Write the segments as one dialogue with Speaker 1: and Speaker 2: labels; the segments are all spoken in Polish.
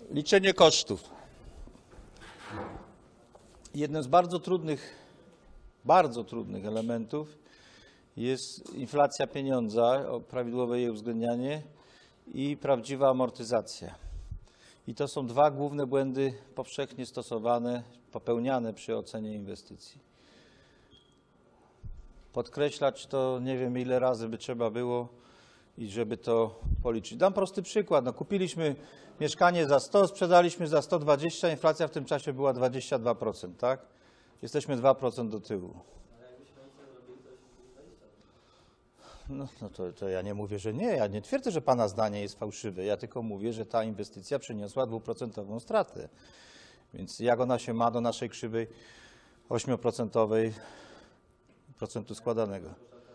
Speaker 1: Liczenie kosztów. Jednym z bardzo trudnych elementów jest inflacja pieniądza, prawidłowe jej uwzględnianie i prawdziwa amortyzacja. I to są dwa główne błędy powszechnie stosowane, popełniane przy ocenie inwestycji. Podkreślać to nie wiem ile razy by trzeba było i żeby to policzyć. Dam prosty przykład. No, kupiliśmy mieszkanie za 100, sprzedaliśmy za 120, inflacja w tym czasie była 22%, tak? Jesteśmy 2% do tyłu. No to ja nie mówię, że nie. Ja nie twierdzę, że Pana zdanie jest fałszywe. Ja tylko mówię, że ta inwestycja przyniosła 2% stratę. Więc jak ona się ma do naszej krzywej 8% procentu składanego?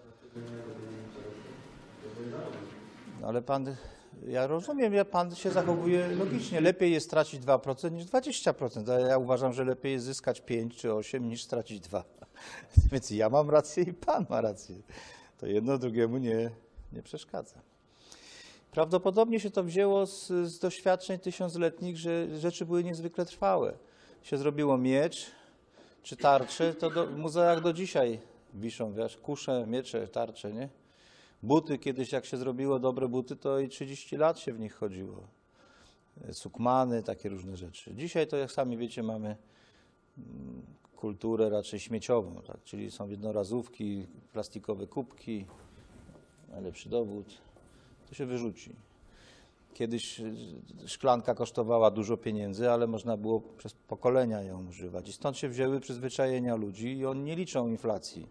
Speaker 1: No ale Pan, ja rozumiem, Pan się zachowuje logicznie. Lepiej jest stracić 2% niż 20%. A ja uważam, że lepiej jest zyskać 5 czy 8 niż stracić 2. Więc ja mam rację i Pan ma rację. To jedno drugiemu nie przeszkadza. Prawdopodobnie się to wzięło z doświadczeń tysiącletnich, że rzeczy były niezwykle trwałe. Się zrobiło miecz czy tarcze, to w muzeach do dzisiaj wiszą, wiesz, kusze, miecze, tarcze, nie? Buty kiedyś, jak się zrobiło dobre buty, to i 30 lat się w nich chodziło. Sukmany, takie różne rzeczy. Dzisiaj to, jak sami wiecie, mamy kulturę raczej śmieciową, tak? Czyli są jednorazówki, plastikowe kubki, najlepszy dowód, to się wyrzuci. Kiedyś szklanka kosztowała dużo pieniędzy, ale można było przez pokolenia ją używać. I stąd się wzięły przyzwyczajenia ludzi i oni nie liczą inflacji,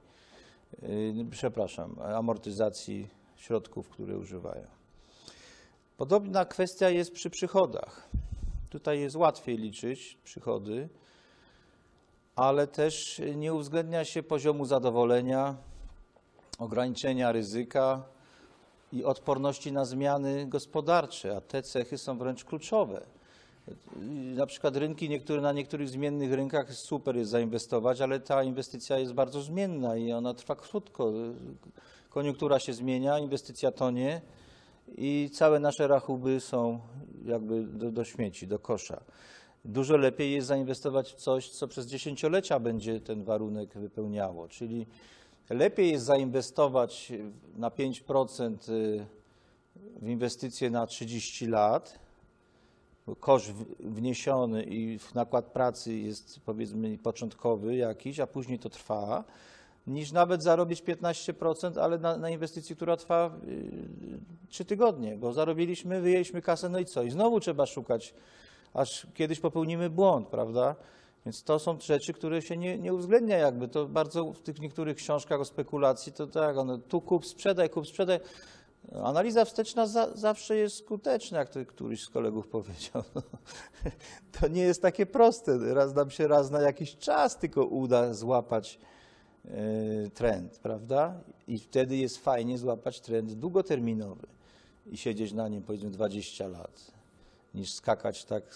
Speaker 1: amortyzacji środków, które używają. Podobna kwestia jest przy przychodach. Tutaj jest łatwiej liczyć przychody, ale też nie uwzględnia się poziomu zadowolenia, ograniczenia ryzyka i odporności na zmiany gospodarcze, a te cechy są wręcz kluczowe. Na przykład na niektórych zmiennych rynkach super jest zainwestować, ale ta inwestycja jest bardzo zmienna i ona trwa krótko. Koniunktura się zmienia, inwestycja tonie i całe nasze rachuby są jakby do śmieci, do kosza. Dużo lepiej jest zainwestować w coś, co przez dziesięciolecia będzie ten warunek wypełniało, czyli lepiej jest zainwestować na 5% w inwestycje na 30 lat, bo koszt wniesiony i nakład pracy jest powiedzmy początkowy jakiś, a później to trwa, niż nawet zarobić 15%, ale na inwestycji, która trwa 3 tygodnie, bo zarobiliśmy, wyjęliśmy kasę, no i co? I znowu trzeba szukać, aż kiedyś popełnimy błąd, prawda? Więc to są rzeczy, które się nie uwzględnia jakby. To bardzo w tych niektórych książkach o spekulacji, to tak, tu kup, sprzedaj. Analiza wsteczna zawsze jest skuteczna, jak to któryś z kolegów powiedział. To nie jest takie proste. Nam się raz na jakiś czas tylko uda złapać trend, prawda? I wtedy jest fajnie złapać trend długoterminowy i siedzieć na nim powiedzmy 20 lat, niż skakać tak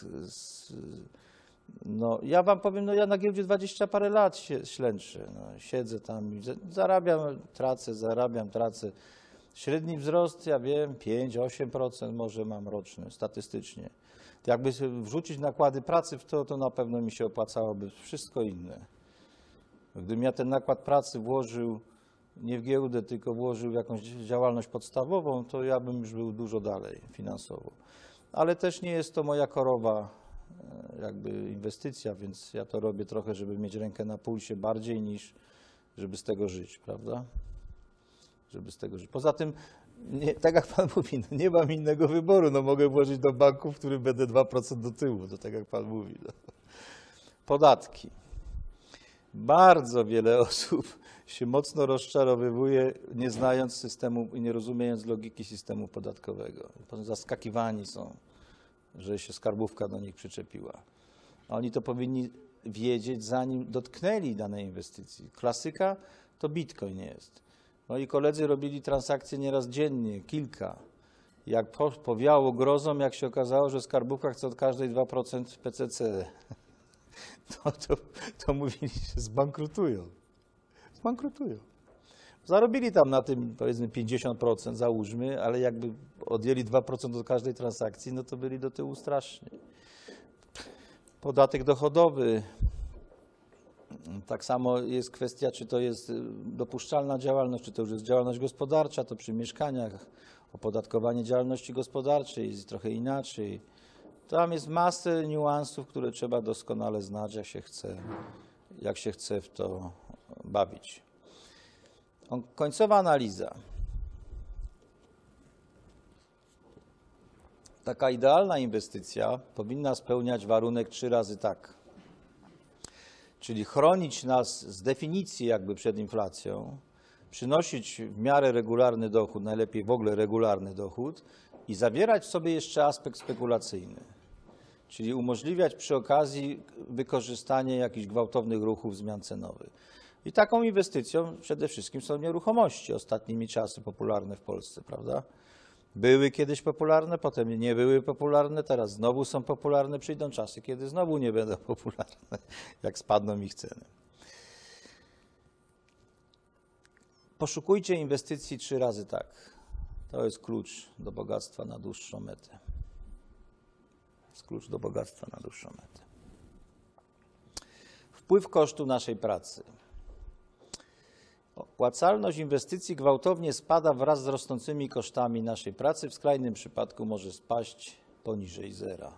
Speaker 1: no, ja wam powiem, no ja na giełdzie 20 parę lat ślęczę. No, siedzę tam, zarabiam, tracę. Średni wzrost, ja wiem, 5-8% może mam roczny, statystycznie. Jakby wrzucić nakłady pracy w to na pewno mi się opłacałoby wszystko inne. Gdybym ja ten nakład pracy włożył nie w giełdę, tylko włożył w jakąś działalność podstawową, to ja bym już był dużo dalej finansowo. Ale też nie jest to moja korowa jakby inwestycja, więc ja to robię trochę, żeby mieć rękę na pulsie bardziej niż żeby z tego żyć, prawda? Żeby z tego żyć. Poza tym, tak jak Pan mówi, no nie mam innego wyboru, no mogę włożyć do banku, w którym będę 2% do tyłu, to tak jak Pan mówi. No. Podatki. Bardzo wiele osób się mocno rozczarowywuje, nie znając systemu i nie rozumiejąc logiki systemu podatkowego. Zaskakiwani są, że się skarbówka do nich przyczepiła. A oni to powinni wiedzieć, zanim dotknęli danej inwestycji. Klasyka to Bitcoin jest. Moi koledzy robili transakcje nieraz dziennie, kilka. Jak powiało grozą, jak się okazało, że skarbówka chce od każdej 2% PCC, to mówili, że zbankrutują. Zarobili tam na tym powiedzmy 50%, załóżmy, ale jakby odjęli 2% od każdej transakcji, no to byli do tyłu strasznie. Podatek dochodowy. Tak samo jest kwestia, czy to jest dopuszczalna działalność, czy to już jest działalność gospodarcza, to przy mieszkaniach opodatkowanie działalności gospodarczej jest trochę inaczej. Tam jest masę niuansów, które trzeba doskonale znać, jak się chce w to bawić. Końcowa analiza. Taka idealna inwestycja powinna spełniać warunek 3 razy tak. Czyli chronić nas z definicji jakby przed inflacją, przynosić w miarę regularny dochód, najlepiej w ogóle regularny dochód i zawierać w sobie jeszcze aspekt spekulacyjny. Czyli umożliwiać przy okazji wykorzystanie jakichś gwałtownych ruchów zmian cenowych. I taką inwestycją przede wszystkim są nieruchomości, ostatnimi czasy popularne w Polsce, prawda? Były kiedyś popularne, potem nie były popularne, teraz znowu są popularne, przyjdą czasy, kiedy znowu nie będą popularne, jak spadną ich ceny. Poszukujcie inwestycji 3 razy tak. To jest klucz do bogactwa na dłuższą metę. To jest klucz do bogactwa na dłuższą metę. Wpływ kosztu naszej pracy. Opłacalność inwestycji gwałtownie spada wraz z rosnącymi kosztami naszej pracy. W skrajnym przypadku może spaść poniżej zera.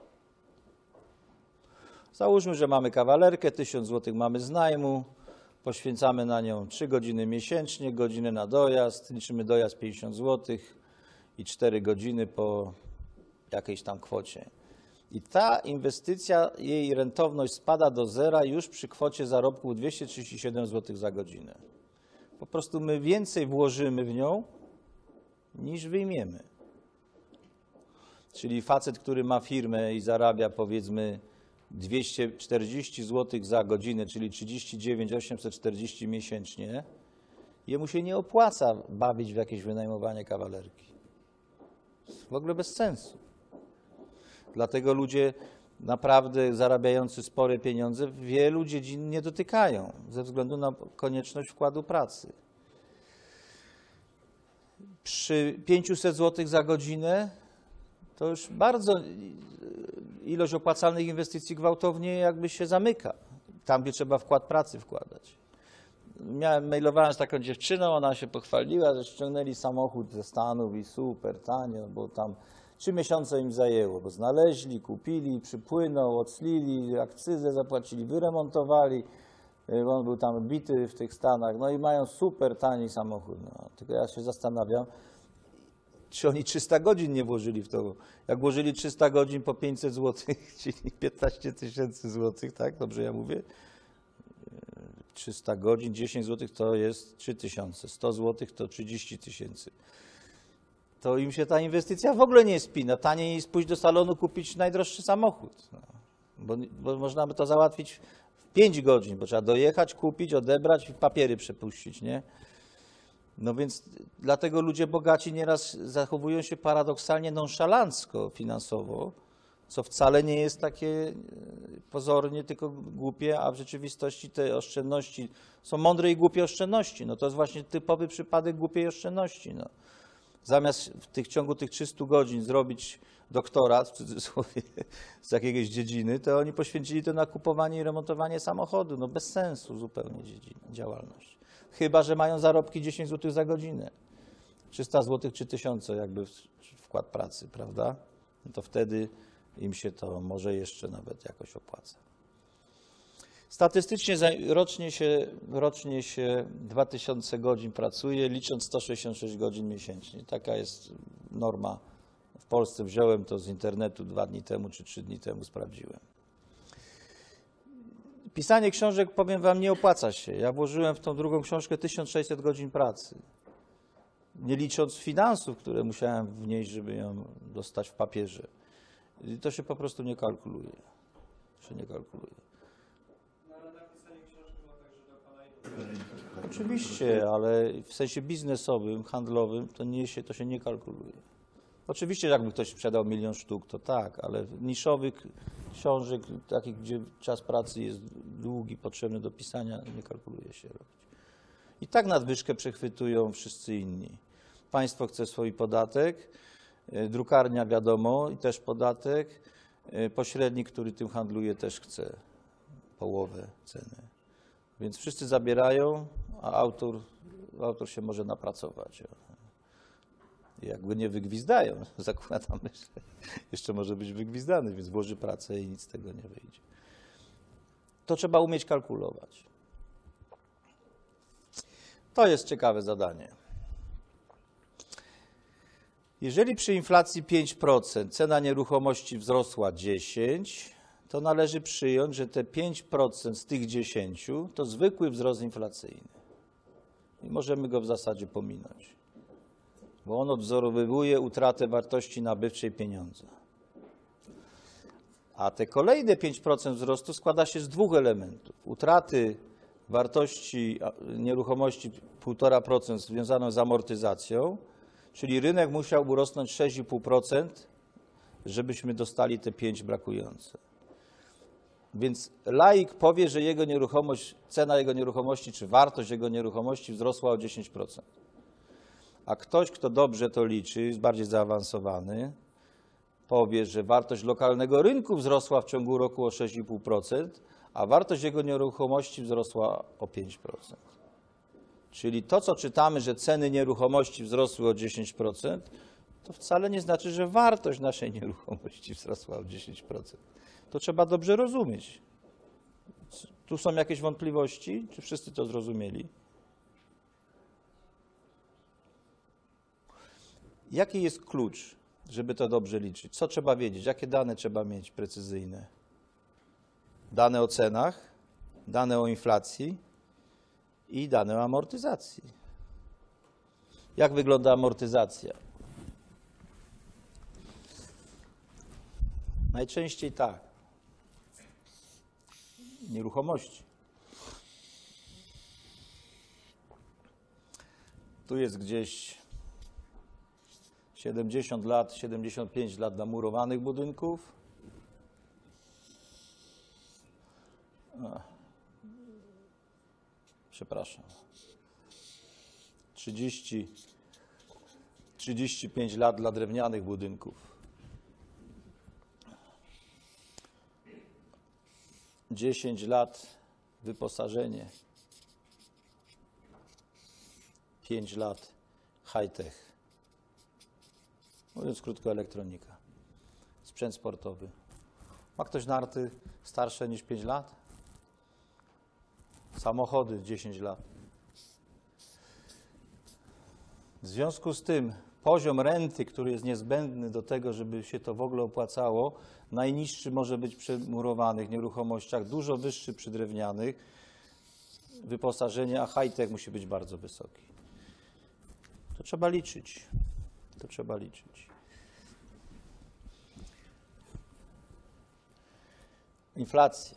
Speaker 1: Załóżmy, że mamy kawalerkę, 1000 zł mamy z najmu, poświęcamy na nią 3 godziny miesięcznie, godzinę na dojazd, liczymy dojazd 50 zł i 4 godziny po jakiejś tam kwocie. I ta inwestycja, jej rentowność spada do zera już przy kwocie zarobku 237 zł za godzinę. Po prostu my więcej włożymy w nią, niż wyjmiemy. Czyli facet, który ma firmę i zarabia powiedzmy 240 zł za godzinę, czyli 39 840 miesięcznie, jemu się nie opłaca bawić w jakieś wynajmowanie kawalerki. W ogóle bez sensu. Dlatego ludzie naprawdę zarabiający spore pieniądze wielu dziedzin nie dotykają ze względu na konieczność wkładu pracy. Przy 500 zł za godzinę to już bardzo ilość opłacalnych inwestycji gwałtownie jakby się zamyka, tam gdzie trzeba wkład pracy wkładać. Mailowałem z taką dziewczyną, ona się pochwaliła, że ściągnęli samochód ze Stanów i super tanio, bo tam 3 miesiące im zajęło, bo znaleźli, kupili, przypłynął, oclili, akcyzę zapłacili, wyremontowali. On był tam bity w tych Stanach, no i mają super tani samochód. No, tylko ja się zastanawiam, czy oni 300 godzin nie włożyli w to. Jak włożyli 300 godzin po 500 zł, czyli 15 000 złotych, tak? Dobrze ja mówię? 300 godzin, 10 zł to jest 3000, 100 zł to 30 000. To im się ta inwestycja w ogóle nie spina. Taniej jest pójść do salonu, kupić najdroższy samochód. No, bo można by to załatwić w 5 godzin, bo trzeba dojechać, kupić, odebrać i papiery przepuścić, nie? No więc dlatego ludzie bogaci nieraz zachowują się paradoksalnie nonszalancko finansowo, co wcale nie jest takie pozornie, tylko głupie, a w rzeczywistości te oszczędności są mądre i głupie oszczędności. No to jest właśnie typowy przypadek głupiej oszczędności. No. Zamiast w ciągu tych 300 godzin zrobić doktorat, w cudzysłowie, z jakiejś dziedziny, to oni poświęcili to na kupowanie i remontowanie samochodu. No bez sensu zupełnie działalność. Chyba że mają zarobki 10 zł za godzinę. 300 zł czy 1000 jakby wkład pracy, prawda? No to wtedy im się to może jeszcze nawet jakoś opłaca. Statystycznie rocznie się 2000 godzin pracuje, licząc 166 godzin miesięcznie. Taka jest norma. W Polsce wziąłem to z internetu 2 dni temu czy 3 dni temu, sprawdziłem. Pisanie książek, powiem wam, nie opłaca się. Ja włożyłem w tą drugą książkę 1600 godzin pracy. Nie licząc finansów, które musiałem wnieść, żeby ją dostać w papierze. I to się po prostu nie kalkuluje.
Speaker 2: No ale napisanie książki ma także do pana.
Speaker 1: Oczywiście, ale w sensie biznesowym, handlowym to się nie kalkuluje. Oczywiście, jakby ktoś sprzedał 1 000 000 sztuk, to tak, ale niszowych książek, takich, gdzie czas pracy jest długi, potrzebny do pisania, nie kalkuluje się robić. I tak nadwyżkę przechwytują wszyscy inni. Państwo chce swój podatek, drukarnia wiadomo i też podatek, pośrednik, który tym handluje, też chce połowę ceny. Więc wszyscy zabierają, a autor się może napracować. Jak go nie wygwizdają, zakładamy, że jeszcze może być wygwizdany, więc włoży pracę i nic z tego nie wyjdzie. To trzeba umieć kalkulować. To jest ciekawe zadanie. Jeżeli przy inflacji 5% cena nieruchomości wzrosła 10%, to należy przyjąć, że te 5% z tych 10% to zwykły wzrost inflacyjny. I możemy go w zasadzie pominąć, bo on odwzorowywuje utratę wartości nabywczej pieniądza. A te kolejne 5% wzrostu składa się z dwóch elementów. Utraty wartości nieruchomości 1,5% związaną z amortyzacją, czyli rynek musiał urosnąć 6,5%, żebyśmy dostali te 5 brakujące. Więc laik powie, że jego nieruchomość, cena jego nieruchomości czy wartość jego nieruchomości wzrosła o 10%. A ktoś, kto dobrze to liczy, jest bardziej zaawansowany, powie, że wartość lokalnego rynku wzrosła w ciągu roku o 6,5%, a wartość jego nieruchomości wzrosła o 5%. Czyli to, co czytamy, że ceny nieruchomości wzrosły o 10%, to wcale nie znaczy, że wartość naszej nieruchomości wzrosła o 10%. To trzeba dobrze rozumieć. Tu są jakieś wątpliwości? Czy wszyscy to zrozumieli? Jaki jest klucz, żeby to dobrze liczyć? Co trzeba wiedzieć? Jakie dane trzeba mieć precyzyjne? Dane o cenach, dane o inflacji i dane o amortyzacji. Jak wygląda amortyzacja? Najczęściej tak. Nieruchomości. Tu jest gdzieś 70 lat, 75 lat dla murowanych budynków. Przepraszam. 35 lat dla drewnianych budynków. 10 lat wyposażenie. 5 lat high-tech. Mówiąc krótko, elektronika. Sprzęt sportowy. Ma ktoś narty starsze niż 5 lat? Samochody 10 lat. W związku z tym poziom renty, który jest niezbędny do tego, żeby się to w ogóle opłacało, najniższy może być przy murowanych nieruchomościach, dużo wyższy przy drewnianych. Wyposażenie, a high-tech musi być bardzo wysoki. To trzeba liczyć. To trzeba liczyć. Inflacja.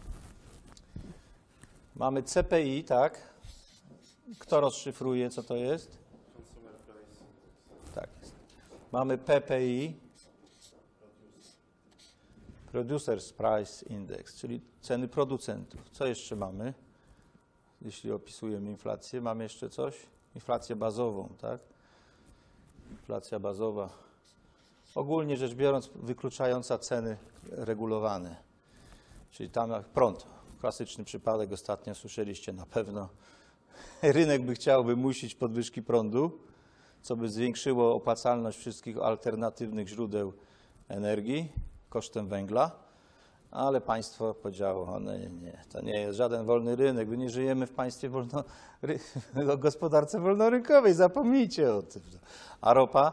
Speaker 1: Mamy CPI, tak? Kto rozszyfruje, co to jest? Tak jest. Mamy PPI, Producers Price Index, czyli ceny producentów. Co jeszcze mamy, jeśli opisujemy inflację? Mamy jeszcze coś? Inflację bazową, tak? Inflacja bazowa, ogólnie rzecz biorąc, wykluczająca ceny regulowane, czyli tam jak prąd. Klasyczny przypadek, ostatnio słyszeliście na pewno. Rynek by chciał wymusić podwyżki prądu, co by zwiększyło opłacalność wszystkich alternatywnych źródeł energii kosztem węgla, ale państwo powiedziało, nie, to nie jest żaden wolny rynek, my nie żyjemy w państwie gospodarce wolnorynkowej, zapomnijcie o tym. A ropa?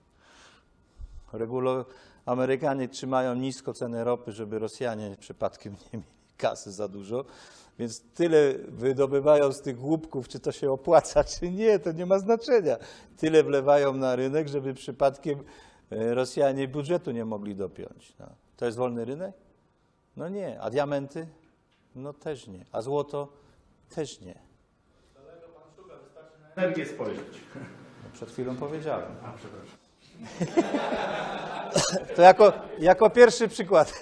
Speaker 1: Amerykanie trzymają nisko cenę ropy, żeby Rosjanie przypadkiem nie mieli kasy za dużo, więc tyle wydobywają z tych łupków, czy to się opłaca, czy nie, to nie ma znaczenia. Tyle wlewają na rynek, żeby przypadkiem Rosjanie budżetu nie mogli dopiąć. No. To jest wolny rynek? No nie. A diamenty? No też nie. A złoto? Też nie.
Speaker 2: Daleko pan szuka, wystarczy na energię spojrzeć.
Speaker 1: No, przed chwilą powiedziałem.
Speaker 2: A, przepraszam.
Speaker 1: To jako pierwszy przykład.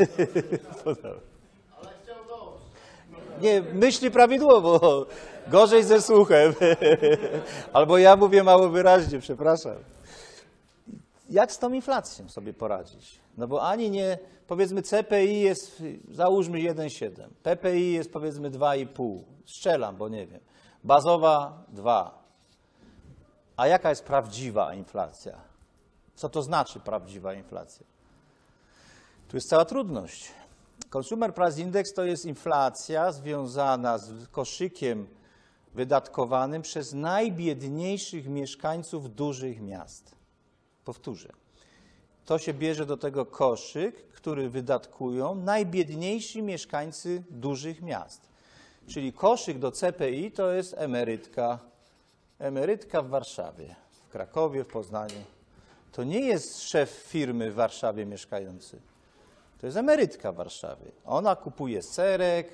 Speaker 1: Nie, myśli prawidłowo. Gorzej ze słuchem. Albo ja mówię mało wyraźnie, przepraszam. Jak z tą inflacją sobie poradzić? No bo ani nie, powiedzmy CPI jest, załóżmy 1,7, PPI jest powiedzmy 2,5, strzelam, bo nie wiem, bazowa 2. A jaka jest prawdziwa inflacja? Co to znaczy prawdziwa inflacja? Tu jest cała trudność. Consumer Price Index to jest inflacja związana z koszykiem wydatkowanym przez najbiedniejszych mieszkańców dużych miast. Powtórzę. To się bierze do tego koszyk, który wydatkują najbiedniejsi mieszkańcy dużych miast. Czyli koszyk do CPI to jest emerytka. Emerytka w Warszawie, w Krakowie, w Poznaniu. To nie jest szef firmy w Warszawie mieszkający. To jest emerytka w Warszawie. Ona kupuje serek,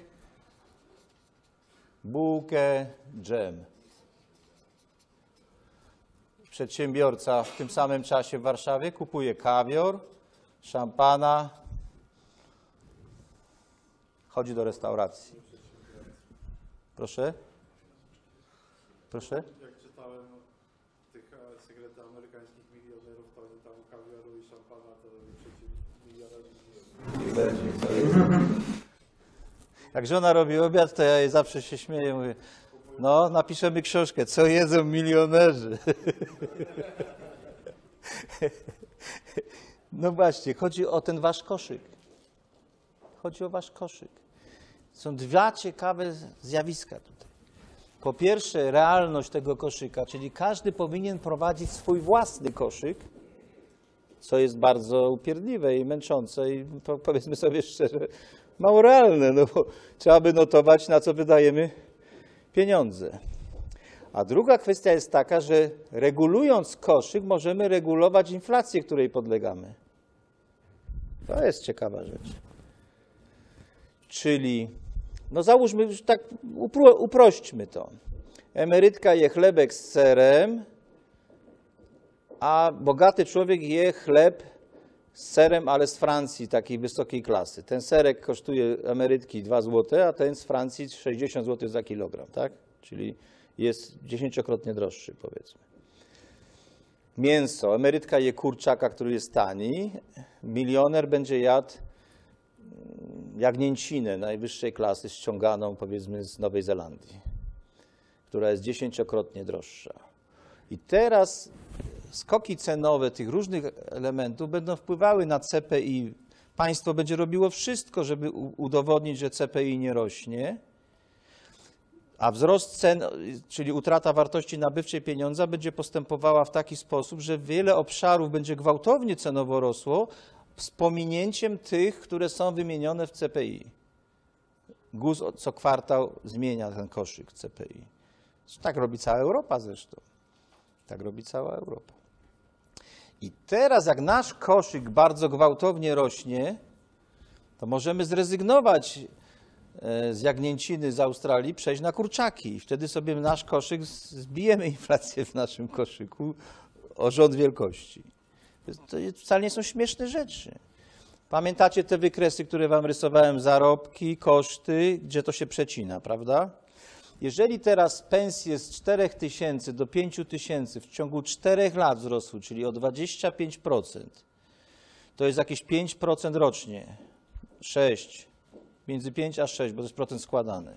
Speaker 1: bułkę, dżem. Przedsiębiorca w tym samym czasie w Warszawie kupuje kawior, szampana, chodzi do restauracji. Proszę? Proszę?
Speaker 3: Jak czytałem tych sekretów amerykańskich milionerów, to oni tam kawioru i szampana to przecież milionerzy.
Speaker 1: Jak żona robi obiad, to ja jej zawsze się śmieję, mówię, no napiszemy książkę, co jedzą milionerzy. No właśnie, chodzi o ten wasz koszyk. Chodzi o wasz koszyk. Są dwa ciekawe zjawiska tutaj. Po pierwsze, realność tego koszyka, czyli każdy powinien prowadzić swój własny koszyk, co jest bardzo upierdliwe i męczące i powiedzmy sobie szczerze, mało realne, no bo trzeba by notować, na co wydajemy pieniądze. A druga kwestia jest taka, że regulując koszyk, możemy regulować inflację, której podlegamy. To jest ciekawa rzecz. Czyli, no załóżmy, już tak uprośćmy to. Emerytka je chlebek z serem, a bogaty człowiek je chleb z serem, ale z Francji, takiej wysokiej klasy. Ten serek kosztuje emerytki 2 zł, a ten z Francji 60 zł za kilogram, tak? Czyli jest 10-krotnie droższy, powiedzmy. Mięso. Emerytka je kurczaka, który jest tani. Milioner będzie jadł jagnięcinę najwyższej klasy ściąganą, powiedzmy, z Nowej Zelandii, która jest 10-krotnie droższa. I teraz skoki cenowe tych różnych elementów będą wpływały na CPI. Państwo będzie robiło wszystko, żeby udowodnić, że CPI nie rośnie, a wzrost cen, czyli utrata wartości nabywczej pieniądza, będzie postępowała w taki sposób, że wiele obszarów będzie gwałtownie cenowo rosło z pominięciem tych, które są wymienione w CPI. GUS co kwartał zmienia ten koszyk CPI. Tak robi cała Europa zresztą. Tak robi cała Europa. I teraz jak nasz koszyk bardzo gwałtownie rośnie, to możemy zrezygnować z jagnięciny z Australii, przejść na kurczaki. I wtedy sobie nasz koszyk, zbijemy inflację w naszym koszyku o rząd wielkości. To wcale nie są śmieszne rzeczy. Pamiętacie te wykresy, które wam rysowałem, zarobki, koszty, gdzie to się przecina, prawda? Jeżeli teraz pensje z 4 000 do 5 000 w ciągu 4 lat wzrosły, czyli o 25%, to jest jakieś 5% rocznie, 6, między 5 a 6, bo to jest procent składany.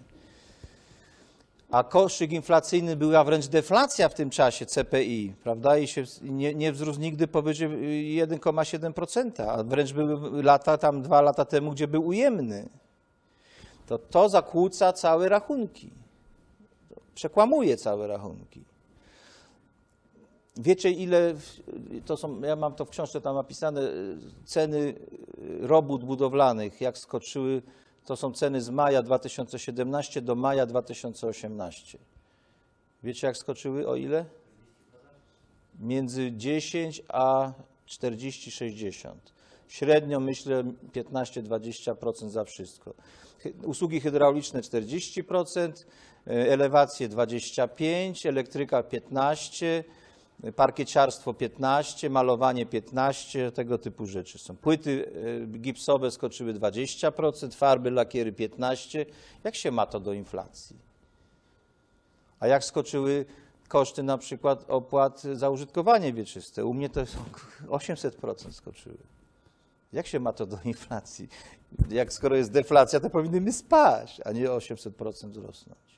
Speaker 1: A koszyk inflacyjny była wręcz deflacja w tym czasie CPI, prawda? I się nie wzrósł nigdy powyżej 1,7%, a wręcz były lata, tam 2 lata temu, gdzie był ujemny. To zakłóca całe rachunki. Przekłamuje całe rachunki. Wiecie, ile to są, ja mam to w książce tam napisane, ceny robót budowlanych, jak skoczyły, to są ceny z maja 2017 do maja 2018. Wiecie, jak skoczyły? O ile? Między 10 a 40-60. Średnio myślę 15-20% za wszystko. Usługi hydrauliczne 40%, elewacje 25%, elektryka 15%, parkieciarstwo 15%, malowanie 15%, tego typu rzeczy są. Płyty gipsowe skoczyły 20%, farby, lakiery 15%. Jak się ma to do inflacji? A jak skoczyły koszty na przykład opłat za użytkowanie wieczyste? U mnie to 800% skoczyły. Jak się ma to do inflacji? Jak skoro jest deflacja, to powinny spaść, a nie o 800% wzrosnąć.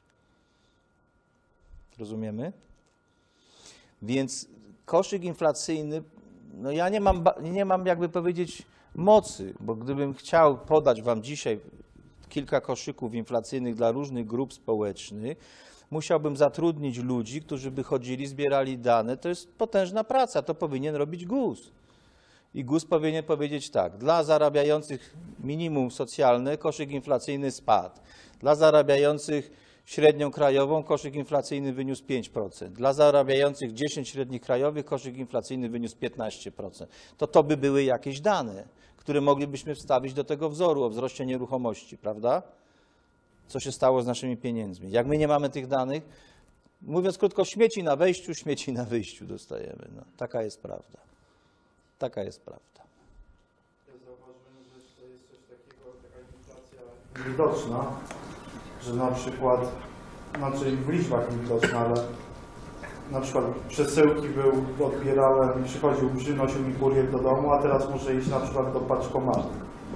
Speaker 1: Rozumiemy? Więc koszyk inflacyjny, no ja nie mam jakby powiedzieć mocy, bo gdybym chciał podać wam dzisiaj kilka koszyków inflacyjnych dla różnych grup społecznych, musiałbym zatrudnić ludzi, którzy by chodzili, zbierali dane. To jest potężna praca, to powinien robić GUS. I GUS powinien powiedzieć tak, dla zarabiających minimum socjalne koszyk inflacyjny spadł. Dla zarabiających średnią krajową koszyk inflacyjny wyniósł 5%. Dla zarabiających 10 średnich krajowych koszyk inflacyjny wyniósł 15%. To by były jakieś dane, które moglibyśmy wstawić do tego wzoru o wzroście nieruchomości, prawda? Co się stało z naszymi pieniędzmi. Jak my nie mamy tych danych, mówiąc krótko, śmieci na wejściu, śmieci na wyjściu dostajemy. No, taka jest prawda. Taka jest prawda.
Speaker 3: Ja zauważyłem, że to jest coś takiego, taka inflacja widoczna, że na przykład, znaczy w liczbach widoczna, ale na przykład przesyłki odbierałem, przychodził, przynosił mi kurier do domu, a teraz muszę iść na przykład do paczkomatu.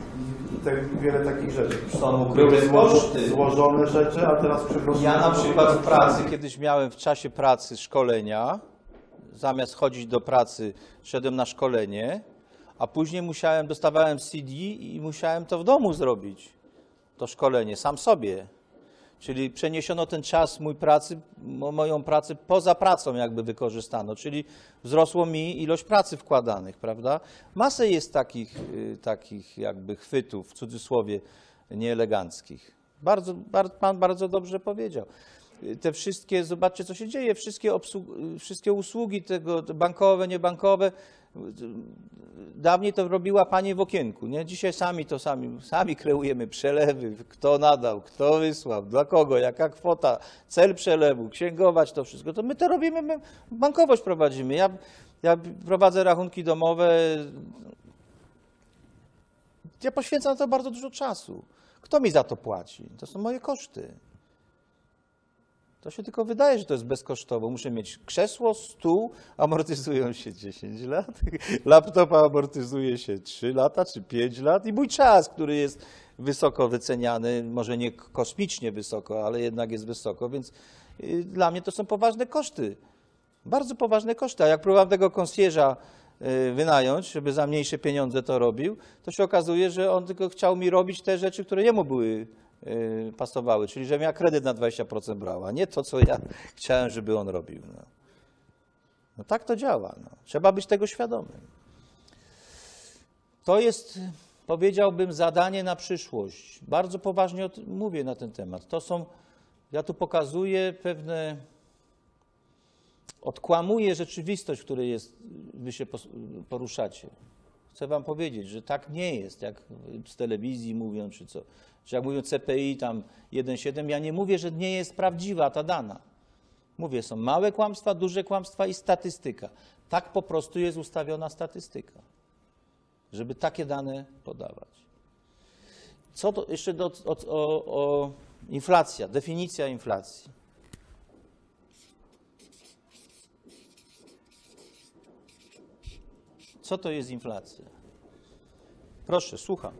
Speaker 3: I wiele takich rzeczy.
Speaker 1: Są ukryte koszty.
Speaker 3: Złożone rzeczy, a teraz przychodzą.
Speaker 1: Ja na przykład w pracy, kiedyś miałem w czasie pracy szkolenia, zamiast chodzić do pracy, szedłem na szkolenie, a później dostawałem CD i musiałem to w domu zrobić, to szkolenie, sam sobie. Czyli przeniesiono ten czas moją pracę poza pracą jakby wykorzystano, czyli wzrosło mi ilość pracy wkładanych, prawda? Masę jest takich jakby chwytów, w cudzysłowie, nieeleganckich. Pan bardzo dobrze powiedział. Te wszystkie, zobaczcie co się dzieje, wszystkie usługi tego, bankowe, niebankowe, dawniej to robiła pani w okienku, nie? Dzisiaj sami kreujemy przelewy, kto nadał, kto wysłał, dla kogo, jaka kwota, cel przelewu, księgować to wszystko, to my to robimy, my bankowość prowadzimy. Ja prowadzę rachunki domowe, ja poświęcam na to bardzo dużo czasu. Kto mi za to płaci? To są moje koszty. To się tylko wydaje, że to jest bezkosztowo. Muszę mieć krzesło, stół, amortyzują się 10 lat, laptopa amortyzuje się 3 lata czy 5 lat i mój czas, który jest wysoko wyceniany, może nie kosmicznie wysoko, ale jednak jest wysoko, więc dla mnie to są poważne koszty, bardzo poważne koszty. A jak próbowałem tego konsjerza wynająć, żeby za mniejsze pieniądze to robił, to się okazuje, że on tylko chciał mi robić te rzeczy, które jemu były pasowały, czyli żebym ja kredyt na 20% brał, a nie to, co ja chciałem, żeby on robił. No tak to działa. No. Trzeba być tego świadomym. To jest, powiedziałbym, zadanie na przyszłość. Bardzo poważnie mówię na ten temat. Ja tu pokazuję pewne, odkłamuję rzeczywistość, w której wy się poruszacie. Chcę wam powiedzieć, że tak nie jest, jak z telewizji mówią, czy co. Że jak mówią CPI tam 1,7, ja nie mówię, że nie jest prawdziwa ta dana. Mówię, są małe kłamstwa, duże kłamstwa i statystyka. Tak po prostu jest ustawiona statystyka, żeby takie dane podawać. Co to jeszcze o inflacja, definicja inflacji. Co to jest inflacja? Proszę, słucham.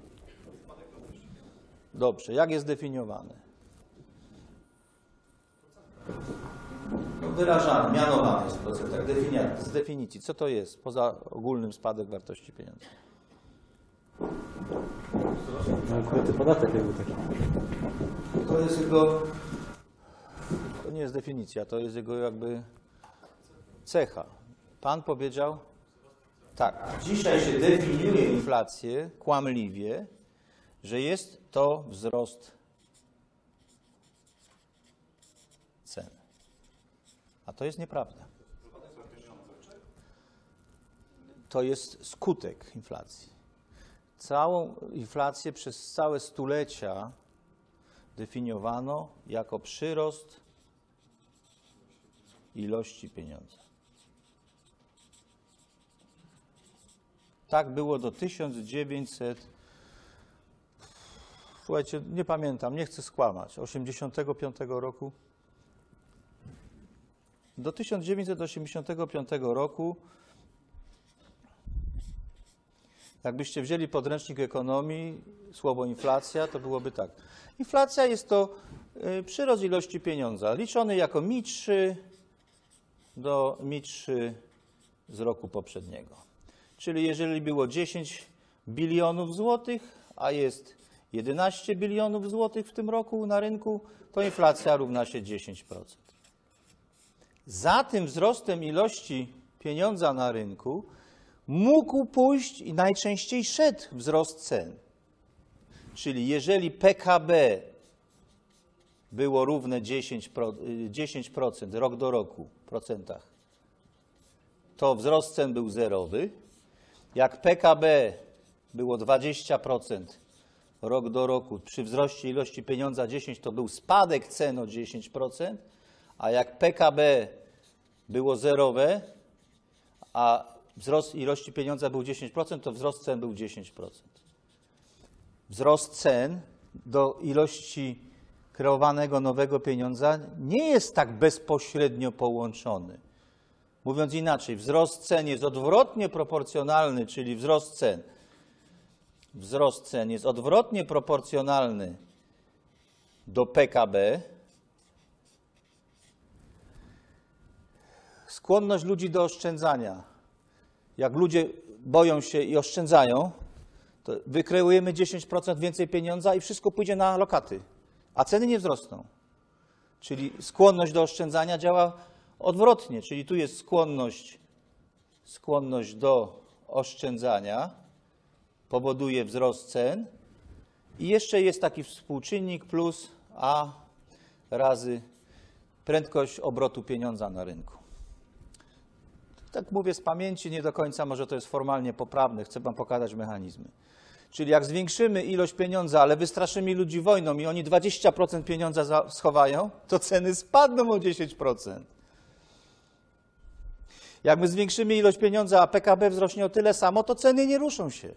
Speaker 1: Dobrze, jak jest definiowane? No wyrażany, mianowany jest w procentach. Z definicji, co to jest poza ogólnym spadek wartości pieniądza?
Speaker 2: Ukryty podatek jakby taki.
Speaker 1: To nie jest definicja, to jest jego jakby cecha. Pan powiedział, tak, dzisiaj się definiuje inflację kłamliwie, że jest to wzrost cen. A to jest nieprawda. To jest skutek inflacji. Całą inflację przez całe stulecia definiowano jako przyrost ilości pieniądza. Tak było do 1900, słuchajcie, nie pamiętam, nie chcę skłamać, 85 roku. Do 1985 roku Jakbyście wzięli podręcznik ekonomii, słowo inflacja, to byłoby tak. Inflacja jest to przyrost ilości pieniądza, liczony jako Mi3 do Mi3 z roku poprzedniego. Czyli jeżeli było 10 bilionów złotych, a jest 11 bilionów złotych w tym roku na rynku, to inflacja równa się 10%. Za tym wzrostem ilości pieniądza na rynku mógł pójść i najczęściej szedł wzrost cen. Czyli jeżeli PKB było równe 10% rok do roku w procentach, to wzrost cen był zerowy. Jak PKB było 20% rok do roku, przy wzroście ilości pieniądza 10%, to był spadek cen o 10%, a jak PKB było zerowe, a wzrost ilości pieniądza był 10%, to wzrost cen był 10%. Wzrost cen do ilości kreowanego nowego pieniądza nie jest tak bezpośrednio połączony. Mówiąc inaczej, wzrost cen jest odwrotnie proporcjonalny, czyli wzrost cen jest odwrotnie proporcjonalny do PKB. Skłonność ludzi do oszczędzania. Jak ludzie boją się i oszczędzają, to wykreujemy 10% więcej pieniądza i wszystko pójdzie na lokaty, a ceny nie wzrosną. Czyli skłonność do oszczędzania działa odwrotnie, czyli tu jest skłonność do oszczędzania, powoduje wzrost cen i jeszcze jest taki współczynnik plus A razy prędkość obrotu pieniądza na rynku. Tak mówię z pamięci, nie do końca może to jest formalnie poprawne, chcę wam pokazać mechanizmy. Czyli jak zwiększymy ilość pieniądza, ale wystraszymy ludzi wojną i oni 20% pieniądza schowają, to ceny spadną o 10%. Jak my zwiększymy ilość pieniądza, a PKB wzrośnie o tyle samo, to ceny nie ruszą się.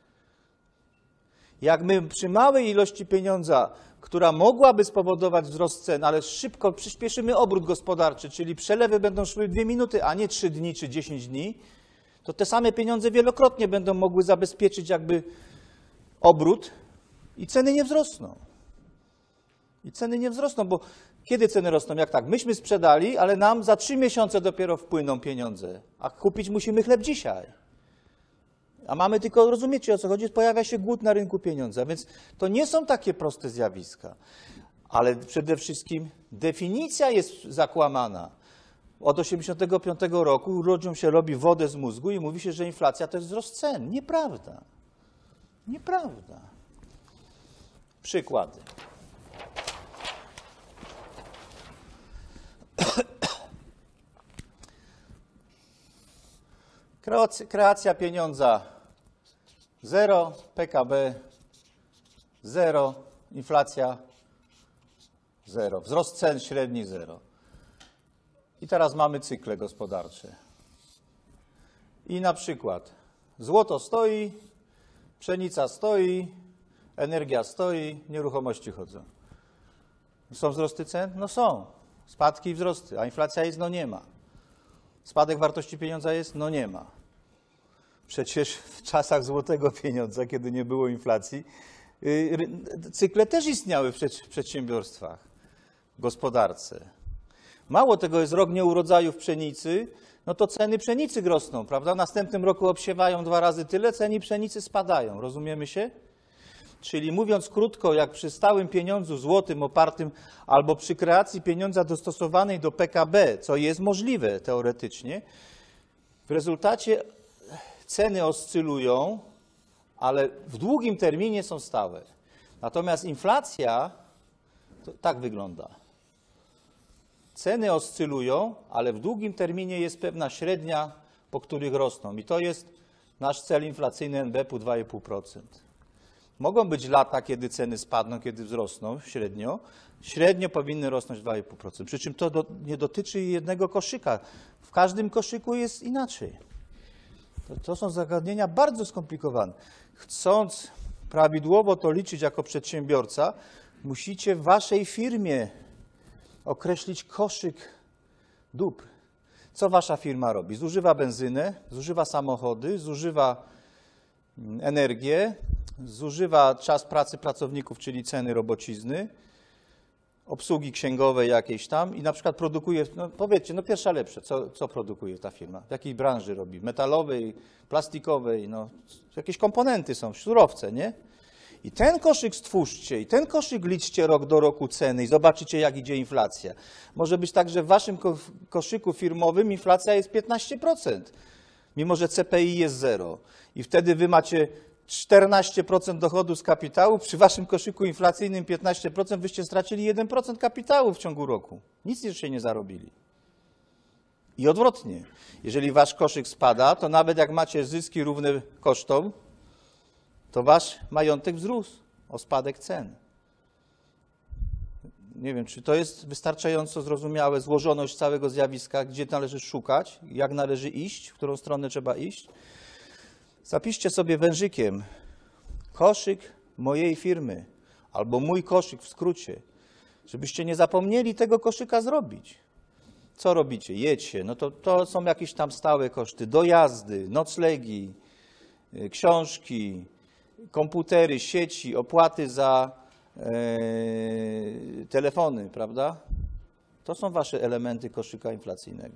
Speaker 1: Jak my przy małej ilości pieniądza, która mogłaby spowodować wzrost cen, ale szybko przyspieszymy obrót gospodarczy, czyli przelewy będą szły 2 minuty, a nie 3 dni czy 10 dni, to te same pieniądze wielokrotnie będą mogły zabezpieczyć jakby obrót i ceny nie wzrosną. I ceny nie wzrosną, bo kiedy ceny rosną? Jak tak? Myśmy sprzedali, ale nam za 3 miesiące dopiero wpłyną pieniądze, a kupić musimy chleb dzisiaj. A mamy tylko, rozumiecie o co chodzi, pojawia się głód na rynku pieniądza, więc to nie są takie proste zjawiska. Ale przede wszystkim definicja jest zakłamana. Od 1985 roku ludziom się robi wodę z mózgu i mówi się, że inflacja to jest wzrost cen. Nieprawda. Nieprawda. Przykłady. Kreacja pieniądza 0, PKB 0, inflacja 0, wzrost cen średni 0. I teraz mamy cykle gospodarcze. I na przykład złoto stoi, pszenica stoi, energia stoi, nieruchomości chodzą. Są wzrosty cen? No są. Spadki i wzrosty. A inflacja jest? No nie ma. Spadek wartości pieniądza jest? No nie ma. Przecież w czasach złotego pieniądza, kiedy nie było inflacji, cykle też istniały w przedsiębiorstwach, w gospodarce. Mało tego, jest rok nieurodzajów pszenicy, no to ceny pszenicy rosną, prawda? W następnym roku obsiewają 2 razy tyle, ceny pszenicy spadają. Rozumiemy się? Czyli mówiąc krótko, jak przy stałym pieniądzu złotym opartym albo przy kreacji pieniądza dostosowanej do PKB, co jest możliwe teoretycznie, w rezultacie ceny oscylują, ale w długim terminie są stałe. Natomiast inflacja to tak wygląda. Ceny oscylują, ale w długim terminie jest pewna średnia, po których rosną. I to jest nasz cel inflacyjny NBP-u 2,5%. Mogą być lata, kiedy ceny spadną, kiedy wzrosną średnio. Średnio powinny rosnąć 2,5%. Przy czym to nie dotyczy jednego koszyka. W każdym koszyku jest inaczej. To są zagadnienia bardzo skomplikowane. Chcąc prawidłowo to liczyć jako przedsiębiorca, musicie w waszej firmie określić koszyk dóbr. Co wasza firma robi? Zużywa benzynę, zużywa samochody, zużywa energię, zużywa czas pracy pracowników, czyli ceny robocizny, obsługi księgowej jakiejś tam i na przykład produkuje, no powiedzcie, no pierwsza lepsze, co produkuje ta firma? W jakiej branży robi? Metalowej, plastikowej, no jakieś komponenty są, surowce, nie? I ten koszyk stwórzcie i ten koszyk liczcie rok do roku ceny i zobaczycie, jak idzie inflacja. Może być tak, że w waszym koszyku firmowym inflacja jest 15%, mimo że CPI jest 0. I wtedy wy macie 14% dochodu z kapitału, przy waszym koszyku inflacyjnym 15%, wyście stracili 1% kapitału w ciągu roku. Nic jeszcze nie zarobili. I odwrotnie. Jeżeli wasz koszyk spada, to nawet jak macie zyski równe kosztom, to wasz majątek wzrósł o spadek cen. Nie wiem, czy to jest wystarczająco zrozumiałe, złożoność całego zjawiska, gdzie należy szukać, jak należy iść, w którą stronę trzeba iść. Zapiszcie sobie wężykiem koszyk mojej firmy, albo mój koszyk w skrócie, żebyście nie zapomnieli tego koszyka zrobić. Co robicie? Jedźcie. No to są jakieś tam stałe koszty, dojazdy, noclegi, książki, komputery, sieci, opłaty za telefony, prawda? To są wasze elementy koszyka inflacyjnego.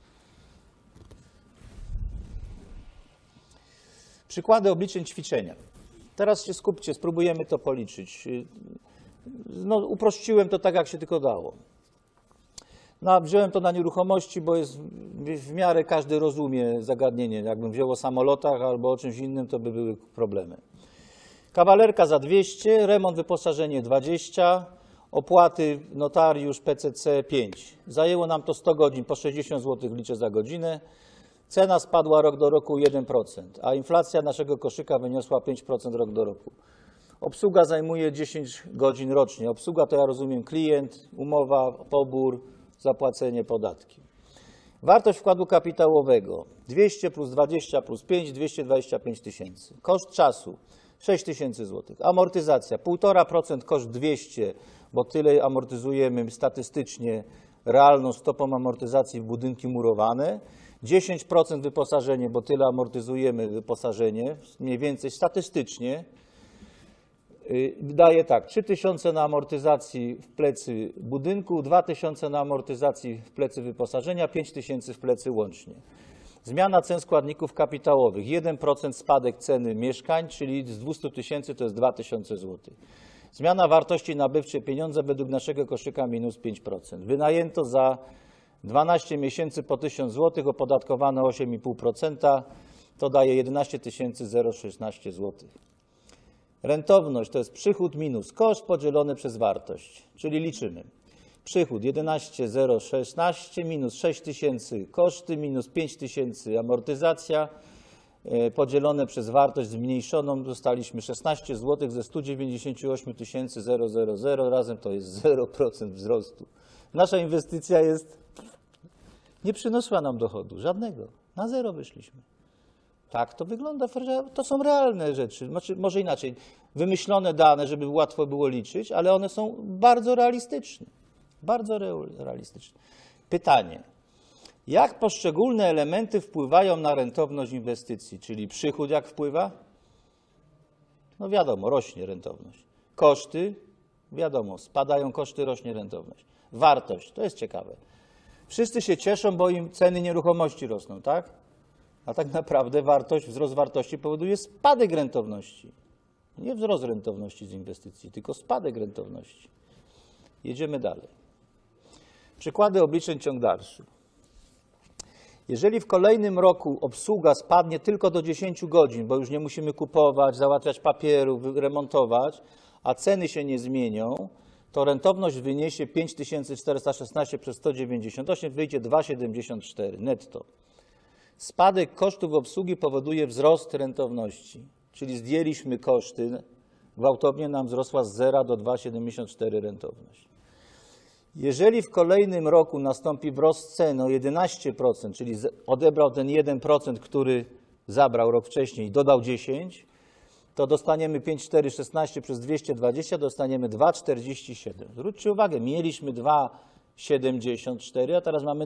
Speaker 1: Przykłady obliczeń ćwiczenia. Teraz się skupcie, spróbujemy to policzyć. No, uprościłem to tak, jak się tylko dało. No, wziąłem to na nieruchomości, bo jest w miarę każdy rozumie zagadnienie. Jakbym wziął o samolotach albo o czymś innym, to by były problemy. Kawalerka za 200, remont, wyposażenie 20, opłaty notariusz, PCC 5. Zajęło nam to 100 godzin, po 60 zł liczę za godzinę. Cena spadła rok do roku 1%, a inflacja naszego koszyka wyniosła 5% rok do roku. Obsługa zajmuje 10 godzin rocznie. Obsługa to ja rozumiem klient, umowa, pobór, zapłacenie, podatki. Wartość wkładu kapitałowego 200 plus 20 plus 5, 225 tysięcy. Koszt czasu 6 tysięcy złotych. Amortyzacja 1,5% koszt 200, bo tyle amortyzujemy statystycznie realną stopą amortyzacji w budynki murowane. 10% wyposażenie, bo tyle amortyzujemy wyposażenie, mniej więcej statystycznie. Daje tak, 3000 na amortyzacji w plecy budynku, 2000 na amortyzacji w plecy wyposażenia, 5000 w plecy łącznie. Zmiana cen składników kapitałowych, 1% spadek ceny mieszkań, czyli z 200 tysięcy to jest 2000 zł. Zmiana wartości nabywczej pieniądza według naszego koszyka minus 5%. Wynajęto za 12 miesięcy po 1000 zł, opodatkowane 8,5%, to daje 11 016 zł. Rentowność to jest przychód minus koszt podzielony przez wartość, czyli liczymy. Przychód 11 016 minus 6 tysięcy koszty minus 5 tysięcy amortyzacja podzielone przez wartość zmniejszoną dostaliśmy 16 zł ze 198 000, razem to jest 0% wzrostu. Nasza inwestycja nie przyniosła nam dochodu, żadnego, na zero wyszliśmy. Tak to wygląda, to są realne rzeczy, może inaczej, wymyślone dane, żeby łatwo było liczyć, ale one są bardzo realistyczne. Bardzo realistyczne. Pytanie, jak poszczególne elementy wpływają na rentowność inwestycji, czyli przychód jak wpływa? No wiadomo, rośnie rentowność. Koszty, wiadomo, spadają koszty, rośnie rentowność. Wartość, to jest ciekawe. Wszyscy się cieszą, bo im ceny nieruchomości rosną, tak? A tak naprawdę wzrost wartości powoduje spadek rentowności. Nie wzrost rentowności z inwestycji, tylko spadek rentowności. Jedziemy dalej. Przykłady obliczeń ciąg dalszy. Jeżeli w kolejnym roku obsługa spadnie tylko do 10 godzin, bo już nie musimy kupować, załatwiać papierów, remontować, a ceny się nie zmienią, to rentowność wyniesie 5416 przez 198, wyjdzie 2,74 netto. Spadek kosztów obsługi powoduje wzrost rentowności, czyli zdjęliśmy koszty, gwałtownie nam wzrosła z 0 do 2,74 rentowność. Jeżeli w kolejnym roku nastąpi wzrost cen o 11%, czyli odebrał ten 1%, który zabrał rok wcześniej, dodał 10%, to dostaniemy 5,416 przez 220, dostaniemy 2,47. Zwróćcie uwagę, mieliśmy 2,74, a teraz mamy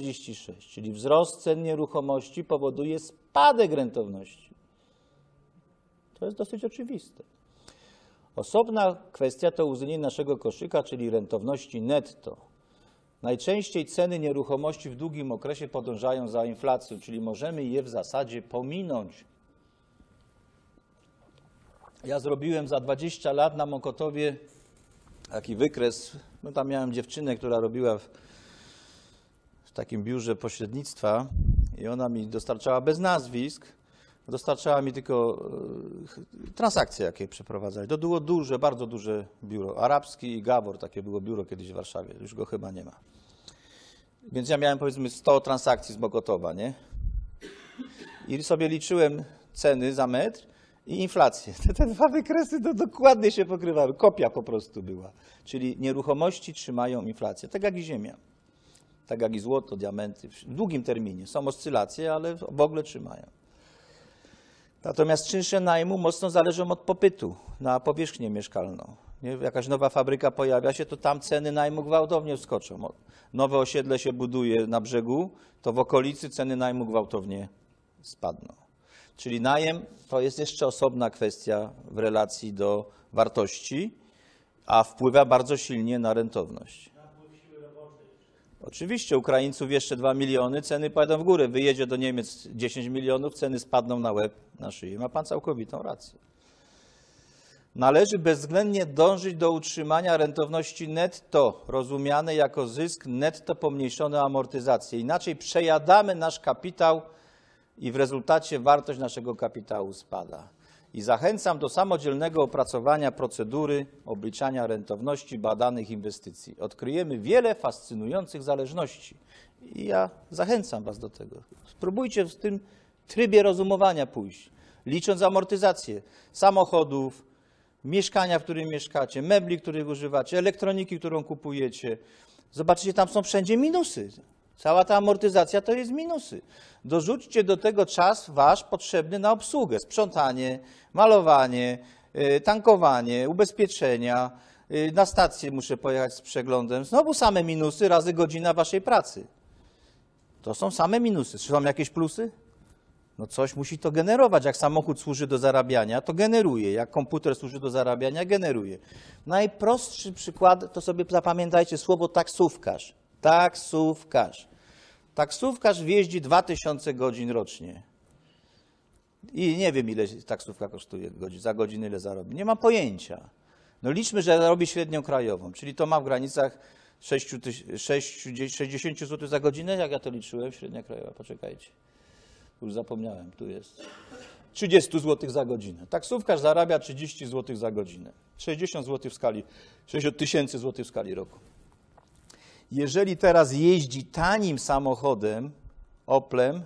Speaker 1: 2,46, czyli wzrost cen nieruchomości powoduje spadek rentowności. To jest dosyć oczywiste. Osobna kwestia to uwzględnienie naszego koszyka, czyli rentowności netto. Najczęściej ceny nieruchomości w długim okresie podążają za inflacją, czyli możemy je w zasadzie pominąć. Ja zrobiłem za 20 lat na Mokotowie taki wykres. No tam miałem dziewczynę, która robiła w takim biurze pośrednictwa i ona mi dostarczała bez nazwisk, dostarczała mi tylko transakcje, jakie przeprowadzali. To było duże, bardzo duże biuro. Arabski i Gabor, takie było biuro kiedyś w Warszawie, już go chyba nie ma. Więc ja miałem powiedzmy 100 transakcji z Mokotowa, nie? I sobie liczyłem ceny za metr i inflację. Te dwa wykresy to dokładnie się pokrywały. Kopia po prostu była. Czyli nieruchomości trzymają inflację, tak jak i ziemia. Tak jak i złoto, diamenty. W długim terminie. Są oscylacje, ale w ogóle trzymają. Natomiast czynsze najmu mocno zależą od popytu na powierzchnię mieszkalną. Nie? Jakaś nowa fabryka pojawia się, to tam ceny najmu gwałtownie wskoczą. Nowe osiedle się buduje na brzegu, to w okolicy ceny najmu gwałtownie spadną. Czyli najem to jest jeszcze osobna kwestia w relacji do wartości, a wpływa bardzo silnie na rentowność. Oczywiście Ukraińców jeszcze 2 miliony, ceny pójdą w górę. Wyjedzie do Niemiec 10 milionów, ceny spadną na łeb, na szyję. Ma pan całkowitą rację. Należy bezwzględnie dążyć do utrzymania rentowności netto, rozumianej jako zysk netto pomniejszony o amortyzację. Inaczej przejadamy nasz kapitał i w rezultacie wartość naszego kapitału spada. I zachęcam do samodzielnego opracowania procedury obliczania rentowności badanych inwestycji. Odkryjemy wiele fascynujących zależności i ja zachęcam was do tego. Spróbujcie w tym trybie rozumowania pójść, licząc amortyzację samochodów, mieszkania, w którym mieszkacie, mebli, których używacie, elektroniki, którą kupujecie. Zobaczycie, tam są wszędzie minusy. Cała ta amortyzacja to jest minusy. Dorzućcie do tego czas wasz potrzebny na obsługę, sprzątanie, malowanie, tankowanie, ubezpieczenia, na stację muszę pojechać z przeglądem. Znowu same minusy razy godzina waszej pracy. To są same minusy. Czy są jakieś plusy? No coś musi to generować. Jak samochód służy do zarabiania, to generuje. Jak komputer służy do zarabiania, generuje. Najprostszy przykład, to sobie zapamiętajcie słowo taksówkarz. Taksówkarz. Taksówkarz jeździ 2000 godzin rocznie. I nie wiem, ile taksówka kosztuje godzin, za godzinę ile zarobi. Nie mam pojęcia. No liczmy, że zarobi średnią krajową, czyli to ma w granicach 60 zł za godzinę. Jak ja to liczyłem, średnia krajowa, poczekajcie. Już zapomniałem, tu jest. 30 zł za godzinę. Taksówkarz zarabia 30 zł za godzinę. 60 zł w skali, 60 tysięcy złotych w skali roku. Jeżeli teraz jeździ tanim samochodem, Oplem,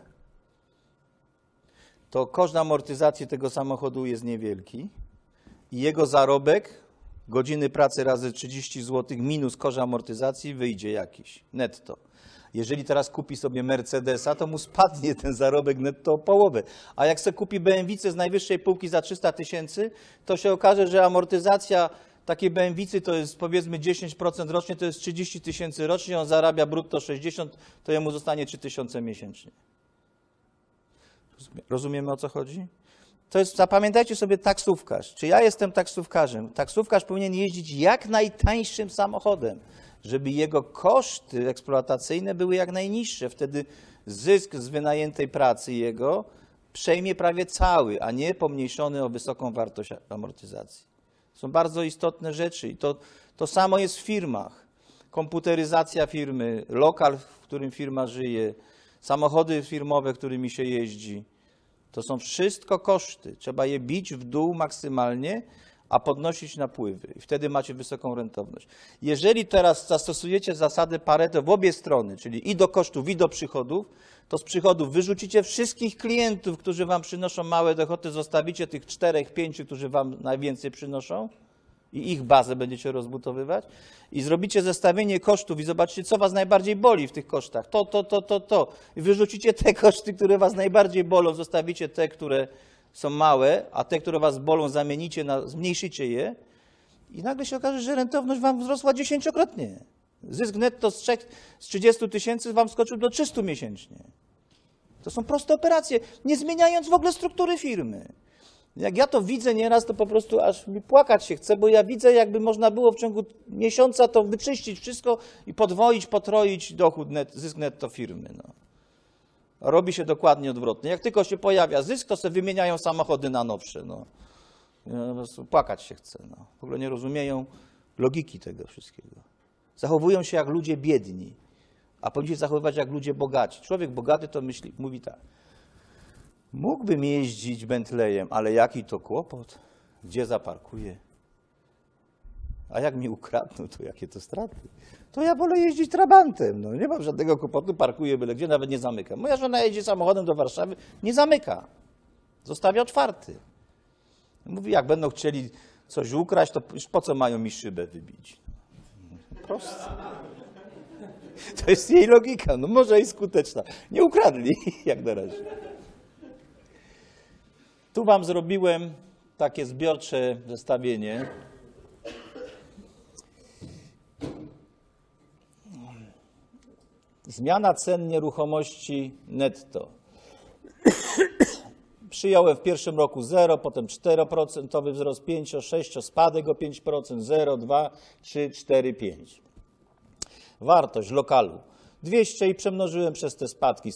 Speaker 1: to koszt amortyzacji tego samochodu jest niewielki i jego zarobek, godziny pracy razy 30 zł minus koszt amortyzacji wyjdzie jakiś, netto. Jeżeli teraz kupi sobie Mercedesa, to mu spadnie ten zarobek netto o połowę. A jak se kupi BMW z najwyższej półki za 300 tysięcy, to się okaże, że amortyzacja takiej BMW to jest powiedzmy 10% rocznie, to jest 30 tysięcy rocznie, on zarabia brutto 60, to jemu zostanie 3000 miesięcznie. Rozumiemy, o co chodzi? To jest, zapamiętajcie sobie, taksówkarz. Czy ja jestem taksówkarzem? Taksówkarz powinien jeździć jak najtańszym samochodem, żeby jego koszty eksploatacyjne były jak najniższe. Wtedy zysk z wynajętej pracy jego przejmie prawie cały, a nie pomniejszony o wysoką wartość amortyzacji. Są bardzo istotne rzeczy i to samo jest w firmach. Komputeryzacja firmy, lokal, w którym firma żyje, samochody firmowe, którymi się jeździ. To są wszystko koszty. Trzeba je bić w dół maksymalnie, a podnosić napływy. I wtedy macie wysoką rentowność. Jeżeli teraz zastosujecie zasadę Pareto w obie strony, czyli i do kosztów, i do przychodów, to z przychodów wyrzucicie wszystkich klientów, którzy wam przynoszą małe dochody, zostawicie tych 4-5, którzy wam najwięcej przynoszą i ich bazę będziecie rozbudowywać i zrobicie zestawienie kosztów i zobaczycie, co was najbardziej boli w tych kosztach. To. I wyrzucicie te koszty, które was najbardziej bolą, zostawicie te, które są małe, a te, które was bolą, zamienicie zmniejszycie je i nagle się okaże, że rentowność wam wzrosła 10-krotnie. Zysk netto z 30 tysięcy wam skoczył do 300 miesięcznie. To są proste operacje, nie zmieniając w ogóle struktury firmy. Jak ja to widzę nieraz, to po prostu aż mi płakać się chce, bo ja widzę, jakby można było w ciągu miesiąca to wyczyścić wszystko i podwoić, potroić dochód, zysk netto firmy. No. Robi się dokładnie odwrotnie. Jak tylko się pojawia zysk, to sobie wymieniają samochody na nowsze. No. Po prostu płakać się chce. No. W ogóle nie rozumieją logiki tego wszystkiego. Zachowują się jak ludzie biedni, a powinni się zachowywać jak ludzie bogaci. Człowiek bogaty to mówi tak. Mógłbym jeździć Bentleyem, ale jaki to kłopot? Gdzie zaparkuję? A jak mi ukradną, to jakie to straty? To ja wolę jeździć Trabantem. No, nie mam żadnego kłopotu, parkuję byle gdzie, nawet nie zamykam. Moja żona jedzie samochodem do Warszawy, nie zamyka. Zostawia otwarty. Mówi, jak będą chcieli coś ukraść, to po co mają mi szybę wybić? Proste. To jest jej logika, no może i skuteczna. Nie ukradli, jak na razie. Tu wam zrobiłem takie zbiorcze zestawienie. Zmiana cen nieruchomości netto. Przyjąłem w pierwszym roku 0, potem 4% wzrost, 5, 6, spadek o 5%, 0, 2, 3, 4, 5. Wartość lokalu 200 i przemnożyłem przez te spadki,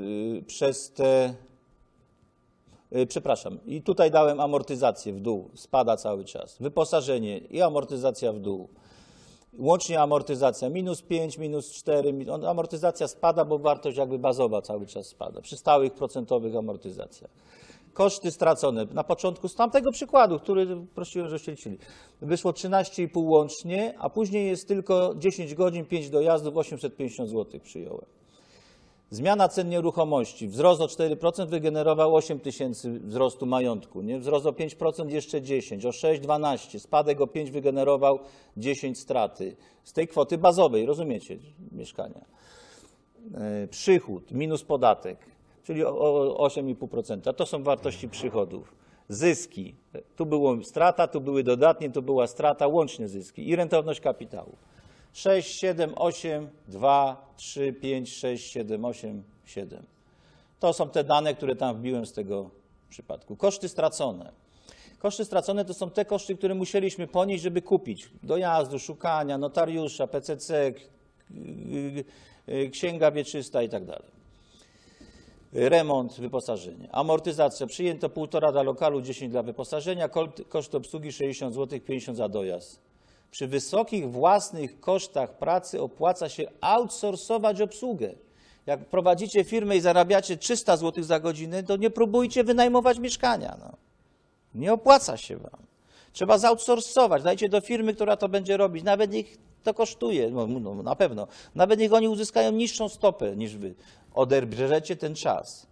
Speaker 1: i tutaj dałem amortyzację w dół, spada cały czas. Wyposażenie i amortyzacja w dół. Łącznie amortyzacja minus 5, minus 4. Amortyzacja spada, bo wartość jakby bazowa cały czas spada. Przy stałych procentowych amortyzacjach. Koszty stracone. Na początku z tamtego przykładu, który prosiłem, żebyście liczyli. Wyszło 13,5 łącznie, a później jest tylko 10 godzin, 5 dojazdów, 850 zł przyjąłem. Zmiana cen nieruchomości. Wzrost o 4% wygenerował 8 tysięcy wzrostu majątku. Nie? Wzrost o 5% jeszcze 10, o 6 12. Spadek o 5 wygenerował 10 straty. Z tej kwoty bazowej, rozumiecie, mieszkania. Przychód minus podatek, czyli o 8,5%. To są wartości przychodów. Zyski. Tu była strata, tu były dodatnie, tu była strata, łączne zyski i rentowność kapitału. 6, 7, 8, 2, 3, 5, 6, 7, 8, 7. To są te dane, które tam wbiłem z tego przypadku. Koszty stracone. Koszty stracone to są te koszty, które musieliśmy ponieść, żeby kupić. Dojazdu, szukania, notariusza, PCC, księga wieczysta i tak dalej. Remont, wyposażenie. Amortyzacja. Przyjęto 1,5 dla lokalu, 10 dla wyposażenia. Koszt obsługi 60 zł, 50 za dojazd. Przy wysokich własnych kosztach pracy opłaca się outsourcować obsługę. Jak prowadzicie firmę i zarabiacie 300 zł za godzinę, to nie próbujcie wynajmować mieszkania. No. Nie opłaca się wam. Trzeba zoutsourcować. Dajcie do firmy, która to będzie robić. Nawet ich to kosztuje, no, na pewno. Nawet niech oni uzyskają niższą stopę niż wy. Oderbierzecie ten czas.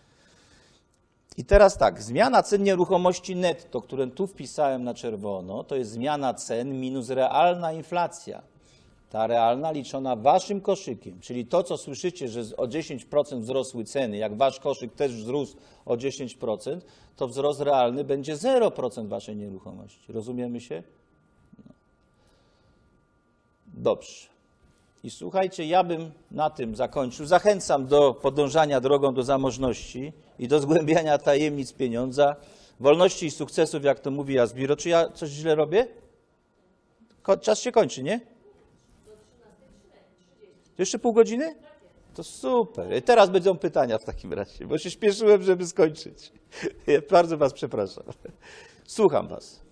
Speaker 1: I teraz tak, zmiana cen nieruchomości netto, które tu wpisałem na czerwono, to jest zmiana cen minus realna inflacja. Ta realna liczona waszym koszykiem, czyli to, co słyszycie, że o 10% wzrosły ceny, jak wasz koszyk też wzrósł o 10%, to wzrost realny będzie 0% waszej nieruchomości. Rozumiemy się? No. Dobrze. I słuchajcie, ja bym na tym zakończył. Zachęcam do podążania drogą do zamożności i do zgłębiania tajemnic pieniądza, wolności i sukcesów, jak to mówi Jasbiro. Czy ja coś źle robię? Czas się kończy, nie? To jeszcze pół godziny? To super. I teraz będą pytania w takim razie, bo się śpieszyłem, żeby skończyć. Ja bardzo was przepraszam. Słucham was.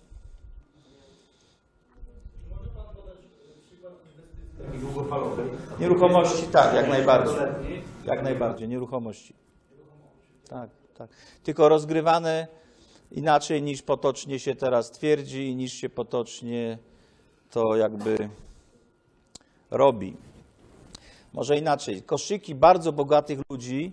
Speaker 1: Nieruchomości, tak, jak najbardziej. Jak najbardziej, nieruchomości. Tak, tak. Tylko rozgrywane inaczej niż potocznie się teraz twierdzi i niż się potocznie to jakby robi. Może inaczej. Koszyki bardzo bogatych ludzi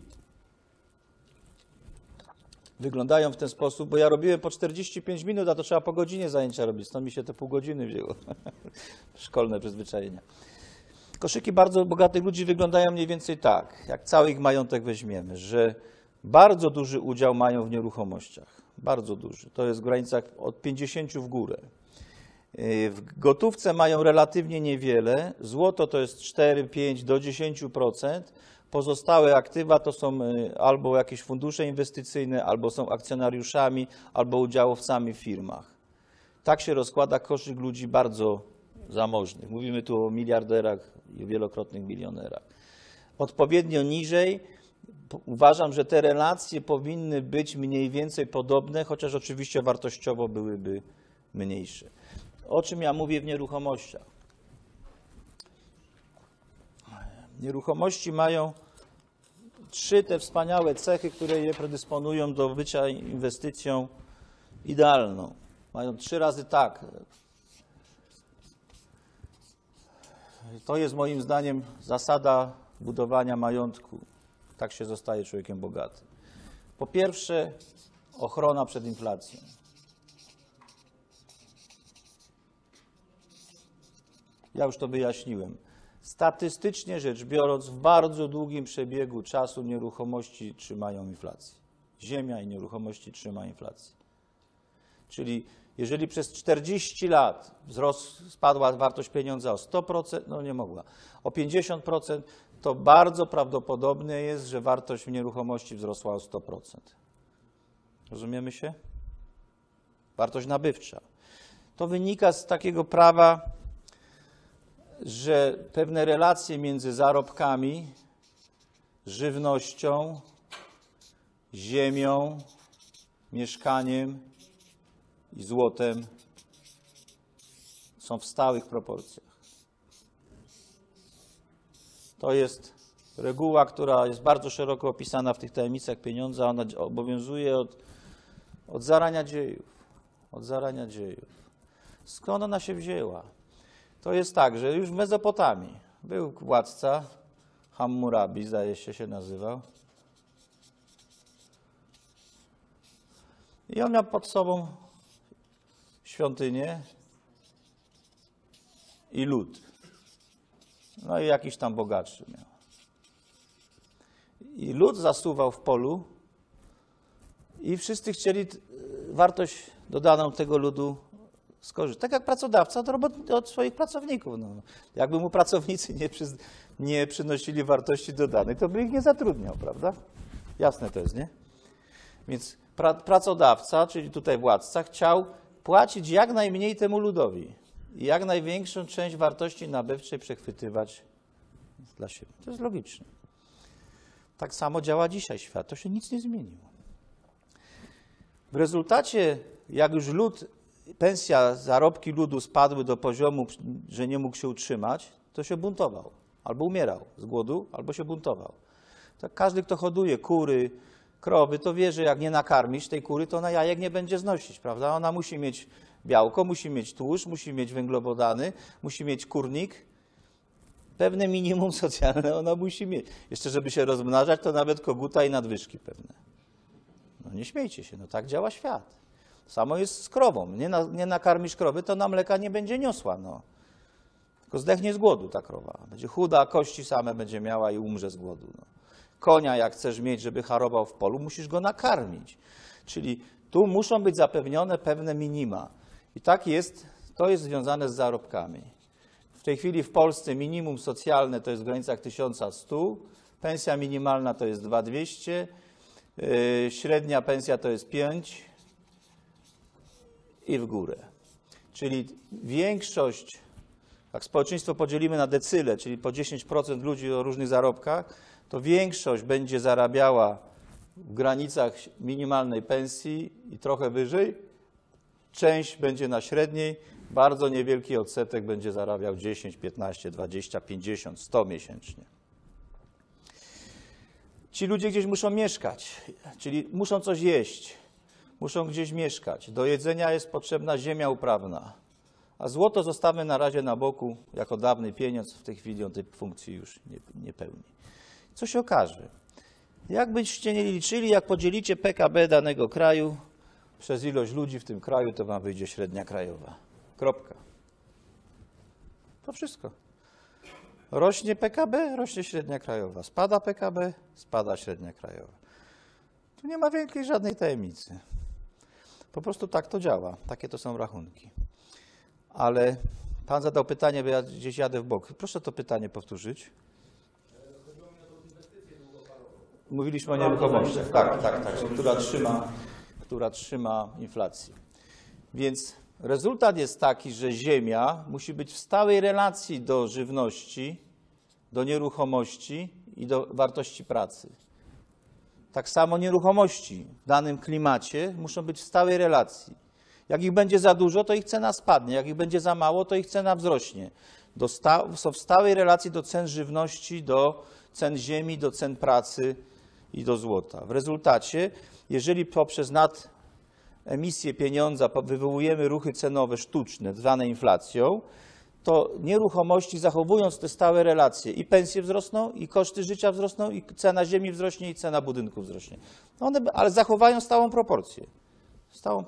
Speaker 1: wyglądają w ten sposób, bo ja robiłem po 45 minut, a to trzeba po godzinie zajęcia robić. Stąd mi się te pół godziny wzięło. Szkolne przyzwyczajenia. Koszyki bardzo bogatych ludzi wyglądają mniej więcej tak, jak cały ich majątek weźmiemy, że bardzo duży udział mają w nieruchomościach. Bardzo duży. To jest w granicach od 50 w górę. W gotówce mają relatywnie niewiele. Złoto to jest 4, 5 do 10%. Pozostałe aktywa to są albo jakieś fundusze inwestycyjne, albo są akcjonariuszami, albo udziałowcami w firmach. Tak się rozkłada koszyk ludzi bardzo zamożnych. Mówimy tu o miliarderach i wielokrotnych milionerach. Odpowiednio niżej uważam, że te relacje powinny być mniej więcej podobne, chociaż oczywiście wartościowo byłyby mniejsze. O czym ja mówię w nieruchomościach? Nieruchomości mają 3 te wspaniałe cechy, które je predysponują do bycia inwestycją idealną. Mają 3 razy tak. To jest moim zdaniem zasada budowania majątku. Tak się zostaje człowiekiem bogatym. Po pierwsze, ochrona przed inflacją. Ja już to wyjaśniłem. Statystycznie rzecz biorąc, w bardzo długim przebiegu czasu nieruchomości trzymają inflację. Ziemia i nieruchomości trzyma inflację. Czyli jeżeli przez 40 lat spadła wartość pieniądza o 100%, no nie mogła, o 50%, to bardzo prawdopodobne jest, że wartość w nieruchomości wzrosła o 100%. Rozumiemy się? Wartość nabywcza. To wynika z takiego prawa, że pewne relacje między zarobkami, żywnością, ziemią, mieszkaniem i złotem są w stałych proporcjach. To jest reguła, która jest bardzo szeroko opisana w tych tajemnicach pieniądza. Ona obowiązuje od zarania dziejów. Od zarania dziejów. Skąd ona się wzięła? To jest tak, że już w Mezopotamii był władca, Hammurabi, zdaje się nazywał. I on miał pod sobą świątynię i lud. No i jakiś tam bogatszy miał. I lud zasuwał w polu i wszyscy chcieli wartość dodaną tego ludu skorzystać. Tak jak pracodawca od swoich pracowników. No, jakby mu pracownicy nie przynosili wartości dodanej, to by ich nie zatrudniał, prawda? Jasne to jest, nie? Więc pracodawca, czyli tutaj władca, chciał płacić jak najmniej temu ludowi i jak największą część wartości nabywczej przechwytywać dla siebie. To jest logiczne. Tak samo działa dzisiaj świat. To się nic nie zmieniło. W rezultacie, jak już pensja, zarobki ludu spadły do poziomu, że nie mógł się utrzymać, to się buntował. Albo umierał z głodu, albo się buntował. Tak każdy, kto hoduje kury, krowy, to wie, że jak nie nakarmisz tej kury, to ona jajek nie będzie znosić, prawda? Ona musi mieć białko, musi mieć tłuszcz, musi mieć węglowodany, musi mieć kurnik. Pewne minimum socjalne ona musi mieć. Jeszcze żeby się rozmnażać, to nawet koguta i nadwyżki pewne. No nie śmiejcie się, no tak działa świat. Samo jest z krową. Nie nakarmisz krowy, to na mleka nie będzie niosła. No. Tylko zdechnie z głodu ta krowa. Będzie chuda, kości same będzie miała i umrze z głodu. No. Konia, jak chcesz mieć, żeby harował w polu, musisz go nakarmić. Czyli tu muszą być zapewnione pewne minima. I tak jest, to jest związane z zarobkami. W tej chwili w Polsce minimum socjalne to jest w granicach 1100, pensja minimalna to jest 2200, średnia pensja to jest 5 i w górę. Czyli większość, jak społeczeństwo podzielimy na decyle, czyli po 10% ludzi o różnych zarobkach, to większość będzie zarabiała w granicach minimalnej pensji i trochę wyżej, część będzie na średniej, bardzo niewielki odsetek będzie zarabiał 10, 15, 20, 50, 100 miesięcznie. Ci ludzie gdzieś muszą mieszkać, czyli muszą coś jeść, muszą gdzieś mieszkać. Do jedzenia jest potrzebna ziemia uprawna, a złoto zostawmy na razie na boku jako dawny pieniądz, w tej chwili on tej funkcji już nie pełni. Co się okaże? Jakbyście nie liczyli, jak podzielicie PKB danego kraju przez ilość ludzi w tym kraju, to wam wyjdzie średnia krajowa. Kropka. To wszystko. Rośnie PKB, rośnie średnia krajowa. Spada PKB, spada średnia krajowa. Tu nie ma wielkiej żadnej tajemnicy. Po prostu tak to działa. Takie to są rachunki. Ale pan zadał pytanie, bo ja gdzieś jadę w bok. Proszę to pytanie powtórzyć.
Speaker 2: Chodziło mi o tą inwestycję
Speaker 1: Mówiliśmy o nieruchomościach, tak, która trzyma inflację. Więc rezultat jest taki, że ziemia musi być w stałej relacji do żywności, do nieruchomości i do wartości pracy. Tak samo nieruchomości w danym klimacie muszą być w stałej relacji. Jak ich będzie za dużo, to ich cena spadnie. Jak ich będzie za mało, to ich cena wzrośnie. Są w stałej relacji do cen żywności, do cen ziemi, do cen pracy i do złota. W rezultacie, jeżeli poprzez nademisję pieniądza wywołujemy ruchy cenowe sztuczne, zwane inflacją, to nieruchomości, zachowując te stałe relacje, i pensje wzrosną, i koszty życia wzrosną, i cena ziemi wzrośnie, i cena budynków wzrośnie. Ale zachowają stałą proporcję. Stałą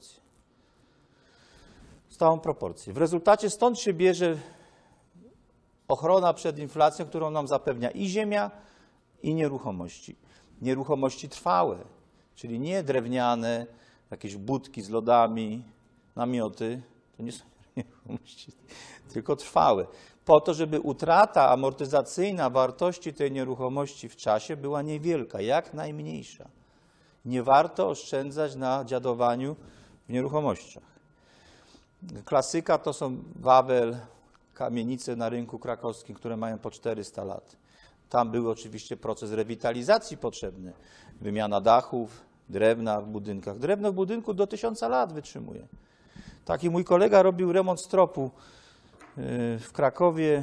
Speaker 1: proporcję. W rezultacie stąd się bierze ochrona przed inflacją, którą nam zapewnia i ziemia, i nieruchomości. Nieruchomości trwałe, czyli nie drewniane, jakieś budki z lodami, namioty, to nie są nieruchomości, tylko trwałe. Po to, żeby utrata amortyzacyjna wartości tej nieruchomości w czasie była niewielka, jak najmniejsza. Nie warto oszczędzać na dziadowaniu w nieruchomościach. Klasyka to są Wawel, kamienice na rynku krakowskim, które mają po 400 lat. Tam był oczywiście proces rewitalizacji potrzebny. Wymiana dachów, drewna w budynkach. Drewno w budynku do 1000 lat wytrzymuje. Taki mój kolega robił remont stropu w Krakowie,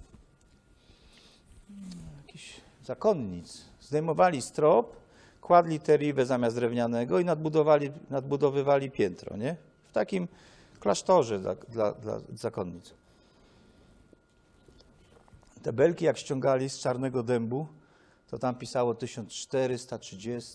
Speaker 1: jakichś zakonnic. Zdejmowali strop, kładli teriwę zamiast drewnianego i nadbudowywali piętro, nie? W takim klasztorze dla zakonnic. Te belki jak ściągali z Czarnego Dębu, to tam pisało 1430.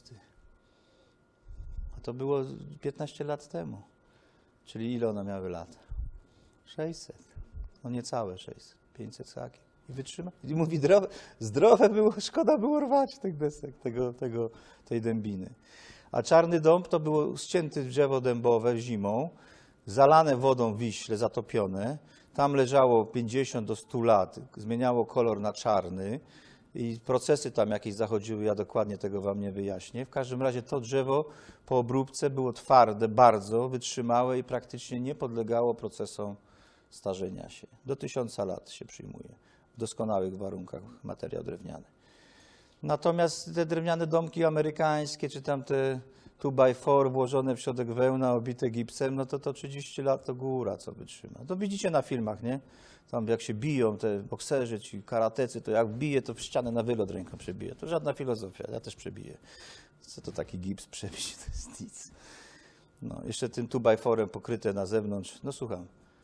Speaker 1: A to było 15 lat temu. Czyli ile one miały lat? 600. No niecałe 600. 500 sakiem. I wytrzyma. I mówi, zdrowe było, szkoda było rwać tych desek, tej dębiny. A Czarny Dąb to było ścięte drzewo dębowe zimą, zalane wodą w Wiśle, zatopione. Tam leżało 50 do 100 lat, zmieniało kolor na czarny i procesy tam jakieś zachodziły, ja dokładnie tego wam nie wyjaśnię. W każdym razie to drzewo po obróbce było twarde, bardzo wytrzymałe i praktycznie nie podlegało procesom starzenia się. Do 1000 lat się przyjmuje w doskonałych warunkach materiał drewniany. Natomiast te drewniane domki amerykańskie, czy tam te 2x4 włożone w środek wełna, obite gipsem, no to 30 lat to góra, co wytrzyma. To widzicie na filmach, nie? Tam jak się biją te bokserzy, ci karatecy, to jak bije, to w ścianę na wylot ręką przebije. To żadna filozofia, ja też przebiję. Co to taki gips przebić, to jest nic. No, jeszcze tym 2x4 pokryte na zewnątrz. No słucham.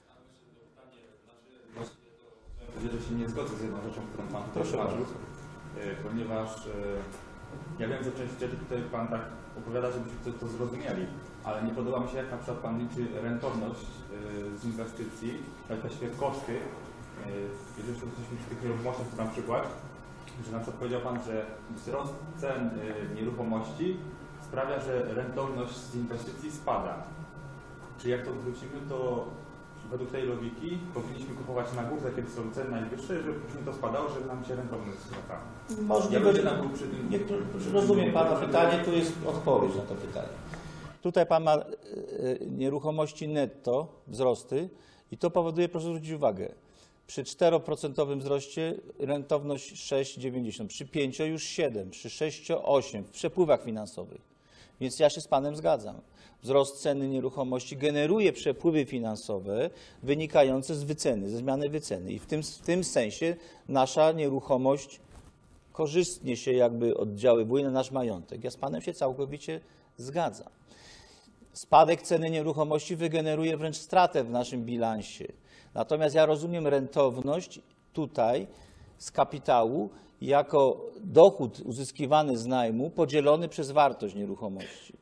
Speaker 4: Że się nie zgodzę z jedną rzeczą, którą Pan tutaj
Speaker 1: Proszę
Speaker 4: zważył,
Speaker 1: bardzo.
Speaker 4: ponieważ ja wiem, że częściej tutaj Pan tak opowiada, żebyśmy to zrozumieli, ale nie podoba mi się, jak na przykład Pan liczy rentowność z inwestycji, ale właściwie koszty, jeżeli jesteśmy przy tych nieruchomościach, to na przykład, że na przykład powiedział Pan, że wzrost cen nieruchomości sprawia, że rentowność z inwestycji spada. Czy jak to wrócimy, to według tej logiki powinniśmy kupować na górze, kiedy są ceny najwyższe, żeby później to spadało, żeby nam się rentowność zwracała.
Speaker 1: Możliwe, że rozumiem Pana pytanie, tu jest odpowiedź na to pytanie. Tutaj Pan ma nieruchomości netto, wzrosty i to powoduje, proszę zwrócić uwagę, przy 4% wzroście rentowność 6,90, przy 5 już 7, przy 6 8 w przepływach finansowych. Więc ja się z Panem zgadzam. Wzrost ceny nieruchomości generuje przepływy finansowe wynikające z wyceny, ze zmiany wyceny. I w tym sensie nasza nieruchomość korzystnie się jakby oddziaływuje na nasz majątek. Ja z Panem się całkowicie zgadzam. Spadek ceny nieruchomości wygeneruje wręcz stratę w naszym bilansie. Natomiast ja rozumiem rentowność tutaj z kapitału jako dochód uzyskiwany z najmu podzielony przez wartość nieruchomości.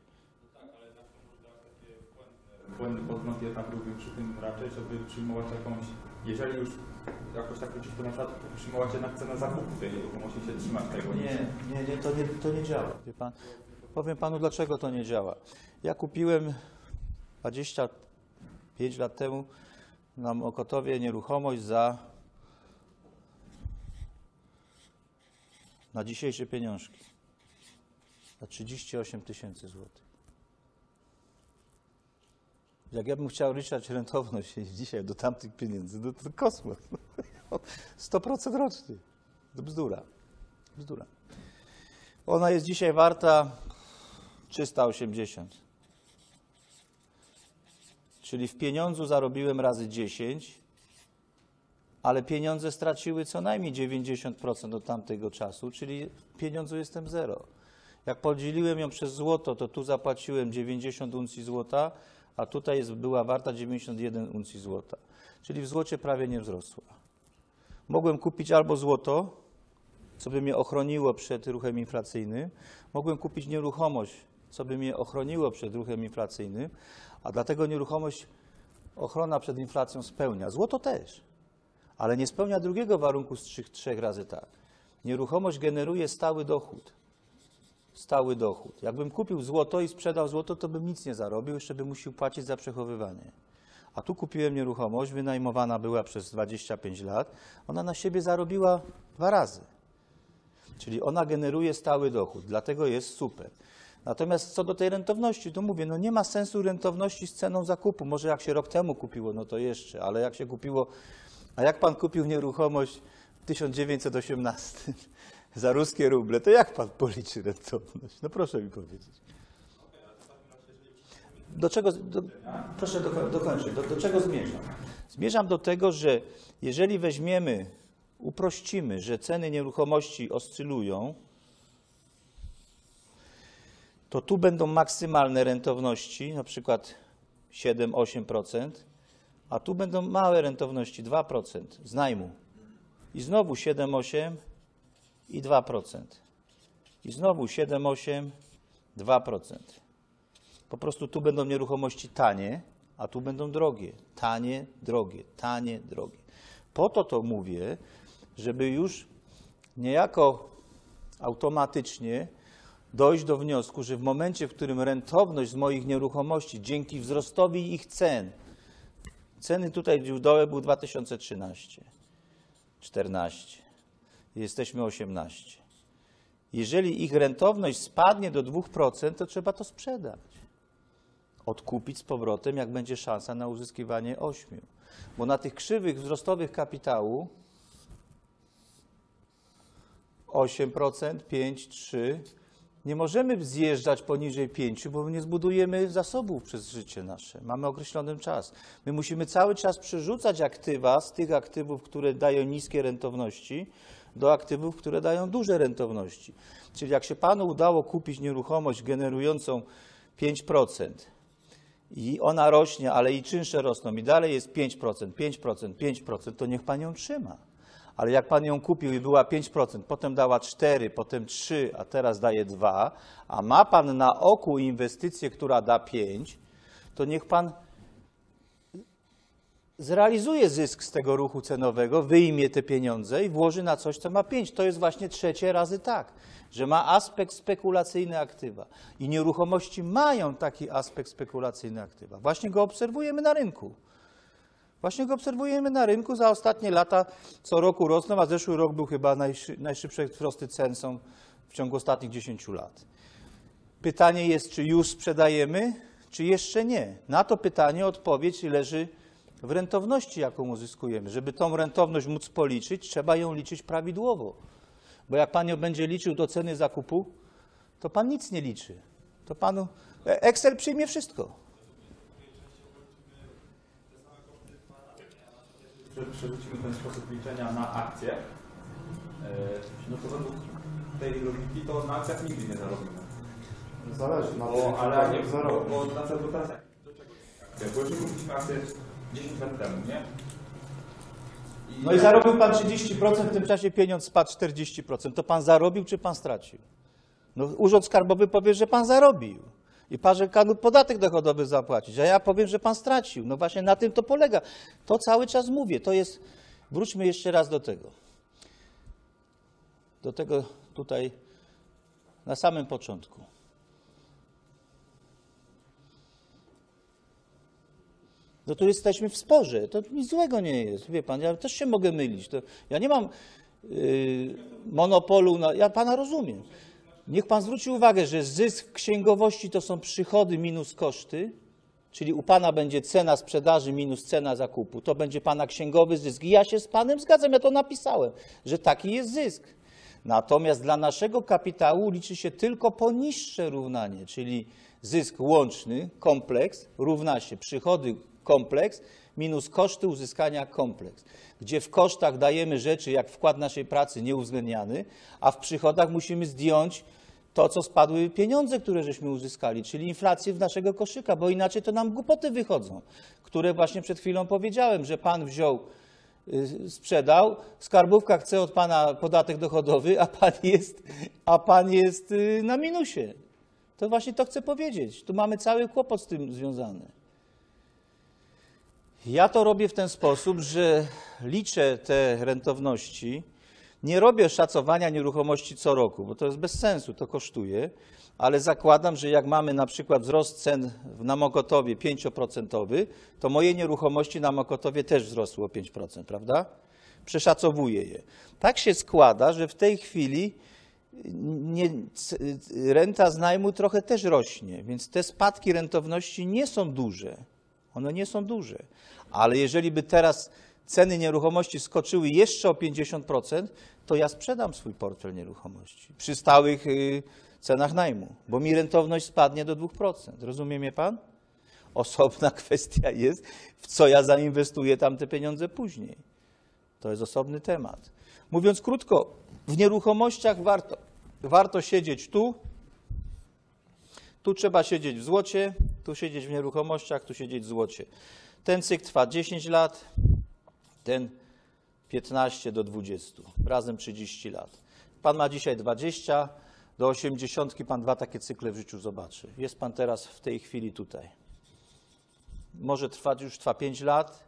Speaker 4: Błędny podgląd jednak byłby przy tym raczej, żeby przyjmować jakąś, jeżeli już jakoś tak liczyć, to na przykład przyjmować jednak cenę zakupu tej nieruchomości, się trzymać tego.
Speaker 1: To nie działa. Wie pan, powiem Panu, dlaczego to nie działa. Ja kupiłem 25 lat temu na Mokotowie nieruchomość na dzisiejsze pieniążki. Za 38 tysięcy złotych. Jak ja bym chciał liczyć rentowność dzisiaj do tamtych pieniędzy, to kosmos. 100% rocznie. To bzdura. Bzdura. Ona jest dzisiaj warta 380. Czyli w pieniądzu zarobiłem razy 10, ale pieniądze straciły co najmniej 90% od tamtego czasu, czyli w pieniądzu jestem zero. Jak podzieliłem ją przez złoto, to tu zapłaciłem 90 uncji złota, a tutaj była warta 91 uncji złota. Czyli w złocie prawie nie wzrosła. Mogłem kupić albo złoto, co by mnie ochroniło przed ruchem inflacyjnym. Mogłem kupić nieruchomość, co by mnie ochroniło przed ruchem inflacyjnym, a dlatego nieruchomość ochrona przed inflacją spełnia. Złoto też, ale nie spełnia drugiego warunku z trzech razy tak. Nieruchomość generuje stały dochód. Stały dochód. Jakbym kupił złoto i sprzedał złoto, to bym nic nie zarobił, jeszcze bym musiał płacić za przechowywanie. A tu kupiłem nieruchomość, wynajmowana była przez 25 lat, ona na siebie zarobiła 2 razy. Czyli ona generuje stały dochód, dlatego jest super. Natomiast co do tej rentowności, to mówię, no nie ma sensu rentowności z ceną zakupu. Może jak się rok temu kupiło, no to jeszcze, ale jak się kupiło, a jak pan kupił nieruchomość w 1918 za ruskie ruble, to jak pan policzy rentowność? No proszę mi powiedzieć. Do czego, proszę dokończyć, do czego zmierzam? Zmierzam do tego, że jeżeli weźmiemy, uprościmy, że ceny nieruchomości oscylują, to tu będą maksymalne rentowności, na przykład 7-8%, a tu będą małe rentowności, 2% z najmu. I znowu 7-8 i 2%. I znowu 7-8, 2%. Po prostu tu będą nieruchomości tanie, a tu będą drogie. Tanie, drogie, tanie, drogie. Po to mówię, żeby już niejako automatycznie dojść do wniosku, że w momencie, w którym rentowność z moich nieruchomości dzięki wzrostowi ich ceny tutaj w dole był 2013, 14, jesteśmy 18. Jeżeli ich rentowność spadnie do 2%, to trzeba to sprzedać. Odkupić z powrotem, jak będzie szansa na uzyskiwanie 8%. Bo na tych krzywych wzrostowych kapitału 8%, 5%, 3%, nie możemy zjeżdżać poniżej 5, bo nie zbudujemy zasobów przez życie nasze. Mamy określony czas. My musimy cały czas przerzucać aktywa z tych aktywów, które dają niskie rentowności, do aktywów, które dają duże rentowności. Czyli jak się panu udało kupić nieruchomość generującą 5% i ona rośnie, ale i czynsze rosną i dalej jest 5%, 5%, 5%, to niech pan ją trzyma. Ale jak pan ją kupił i była 5%, potem dała 4%, potem 3%, a teraz daje 2%, a ma pan na oku inwestycję, która da 5%, to niech pan zrealizuje zysk z tego ruchu cenowego, wyjmie te pieniądze i włoży na coś, co ma 5%. To jest właśnie trzecie razy tak, że ma aspekt spekulacyjny aktywa. I nieruchomości mają taki aspekt spekulacyjny aktywa. Właśnie go obserwujemy na rynku. Właśnie go obserwujemy na rynku. Za ostatnie lata co roku rosną, a zeszły rok był chyba najszybsze wzrosty cen są w ciągu ostatnich 10 lat. Pytanie jest, czy już sprzedajemy, czy jeszcze nie. Na to pytanie odpowiedź leży w rentowności, jaką uzyskujemy. Żeby tą rentowność móc policzyć, trzeba ją liczyć prawidłowo. Bo jak pan ją będzie liczył do ceny zakupu, to pan nic nie liczy. To panu Excel przyjmie wszystko.
Speaker 4: Przerzucimy ten sposób liczenia na akcje, no to według tej logiki to na akcjach nigdy nie zarobimy.
Speaker 3: Zależy na
Speaker 4: Ale nie,
Speaker 3: zarobić.
Speaker 4: bo na przykład teraz jak, do czego akcje? Bo jeszcze kupiliśmy akcje 10 lat temu, nie?
Speaker 1: No i zarobił pan 30%, w tym czasie pieniądz spadł 40%. To pan zarobił, czy pan stracił? No, Urząd Skarbowy powie, że pan zarobił. I pan, że pan podatek dochodowy zapłacić, a ja powiem, że pan stracił. No właśnie na tym to polega. To cały czas mówię. To jest, wróćmy jeszcze raz do tego. Do tego tutaj na samym początku. No tu jesteśmy w sporze. To nic złego nie jest. Wie pan, ja też się mogę mylić. Ja nie mam monopolu na... Ja pana rozumiem. Niech pan zwróci uwagę, że zysk w księgowości to są przychody minus koszty, czyli u pana będzie cena sprzedaży minus cena zakupu. To będzie pana księgowy zysk. I ja się z panem zgadzam, ja to napisałem, że taki jest zysk. Natomiast dla naszego kapitału liczy się tylko poniższe równanie, czyli zysk łączny, kompleks, równa się przychody, kompleks, minus koszty uzyskania, kompleks. Gdzie w kosztach dajemy rzeczy jak wkład naszej pracy nieuwzględniany, a w przychodach musimy zdjąć to, co spadły pieniądze, które żeśmy uzyskali, czyli inflację w naszego koszyka, bo inaczej to nam głupoty wychodzą, które właśnie przed chwilą powiedziałem, że pan wziął, sprzedał, skarbówka chce od pana podatek dochodowy, a pan jest na minusie. To właśnie to chcę powiedzieć. Tu mamy cały kłopot z tym związany. Ja to robię w ten sposób, że liczę te rentowności, nie robię szacowania nieruchomości co roku, bo to jest bez sensu, to kosztuje, ale zakładam, że jak mamy na przykład wzrost cen na Mokotowie 5%, to moje nieruchomości na Mokotowie też wzrosły o 5%, prawda? Przeszacowuję je. Tak się składa, że w tej chwili renta z najmu trochę też rośnie, więc te spadki rentowności nie są duże. One nie są duże, ale jeżeli by teraz ceny nieruchomości skoczyły jeszcze o 50%, to ja sprzedam swój portfel nieruchomości przy stałych cenach najmu, bo mi rentowność spadnie do 2%. Rozumie mnie pan? Osobna kwestia jest, w co ja zainwestuję tamte pieniądze później. To jest osobny temat. Mówiąc krótko, w nieruchomościach warto siedzieć tu trzeba siedzieć w złocie, tu siedzieć w nieruchomościach, tu siedzieć w złocie. Ten cykl trwa 10 lat, ten 15 do 20, razem 30 lat. Pan ma dzisiaj 20, do 80 pan 2 takie cykle w życiu zobaczy. Jest pan teraz w tej chwili tutaj. Może trwać, już trwa 5 lat,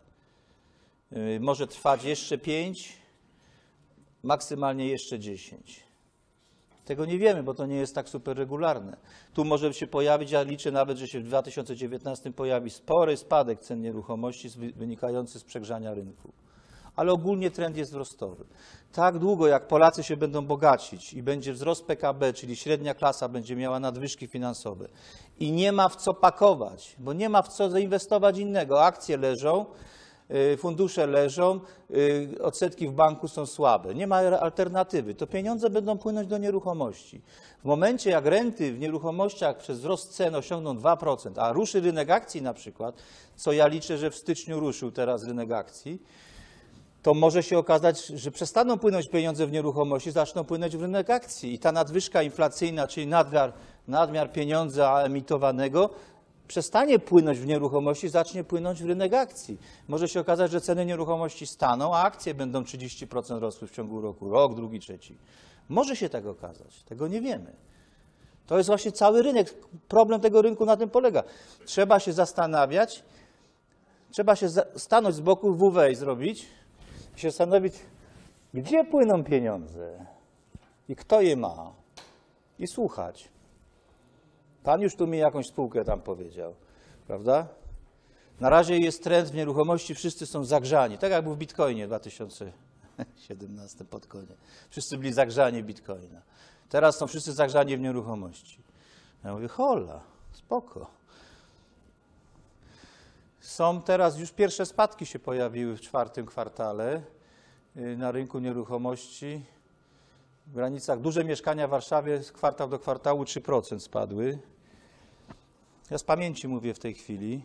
Speaker 1: może trwać jeszcze 5, maksymalnie jeszcze 10. Tego nie wiemy, bo to nie jest tak super regularne. Tu może się pojawić, ja liczę nawet, że się w 2019 pojawi spory spadek cen nieruchomości wynikający z przegrzania rynku. Ale ogólnie trend jest wzrostowy. Tak długo, jak Polacy się będą bogacić i będzie wzrost PKB, czyli średnia klasa będzie miała nadwyżki finansowe i nie ma w co pakować, bo nie ma w co zainwestować innego. Akcje leżą, fundusze leżą, odsetki w banku są słabe, nie ma alternatywy, to pieniądze będą płynąć do nieruchomości. W momencie, jak renty w nieruchomościach przez wzrost cen osiągną 2%, a ruszy rynek akcji na przykład, co ja liczę, że w styczniu ruszył teraz rynek akcji, to może się okazać, że przestaną płynąć pieniądze w nieruchomości, zaczną płynąć w rynek akcji i ta nadwyżka inflacyjna, czyli nadmiar pieniądza emitowanego, przestanie płynąć w nieruchomości, zacznie płynąć w rynek akcji. Może się okazać, że ceny nieruchomości staną, a akcje będą 30% rosły w ciągu roku, rok, drugi, trzeci. Może się tak okazać, tego nie wiemy. To jest właśnie cały rynek, problem tego rynku na tym polega. Trzeba się zastanawiać, trzeba się stanąć z boku WW i zrobić, i się zastanowić, gdzie płyną pieniądze i kto je ma i słuchać. Pan już tu mi jakąś spółkę tam powiedział, prawda? Na razie jest trend w nieruchomości, wszyscy są zagrzani, tak jak był w Bitcoinie w 2017 pod koniec. Wszyscy byli zagrzani w Bitcoina. Teraz są wszyscy zagrzani w nieruchomości. Ja mówię, hola, spoko. Są teraz już pierwsze spadki się pojawiły w czwartym kwartale na rynku nieruchomości. W granicach duże mieszkania w Warszawie z kwartał do kwartału 3% spadły. Ja z pamięci mówię w tej chwili.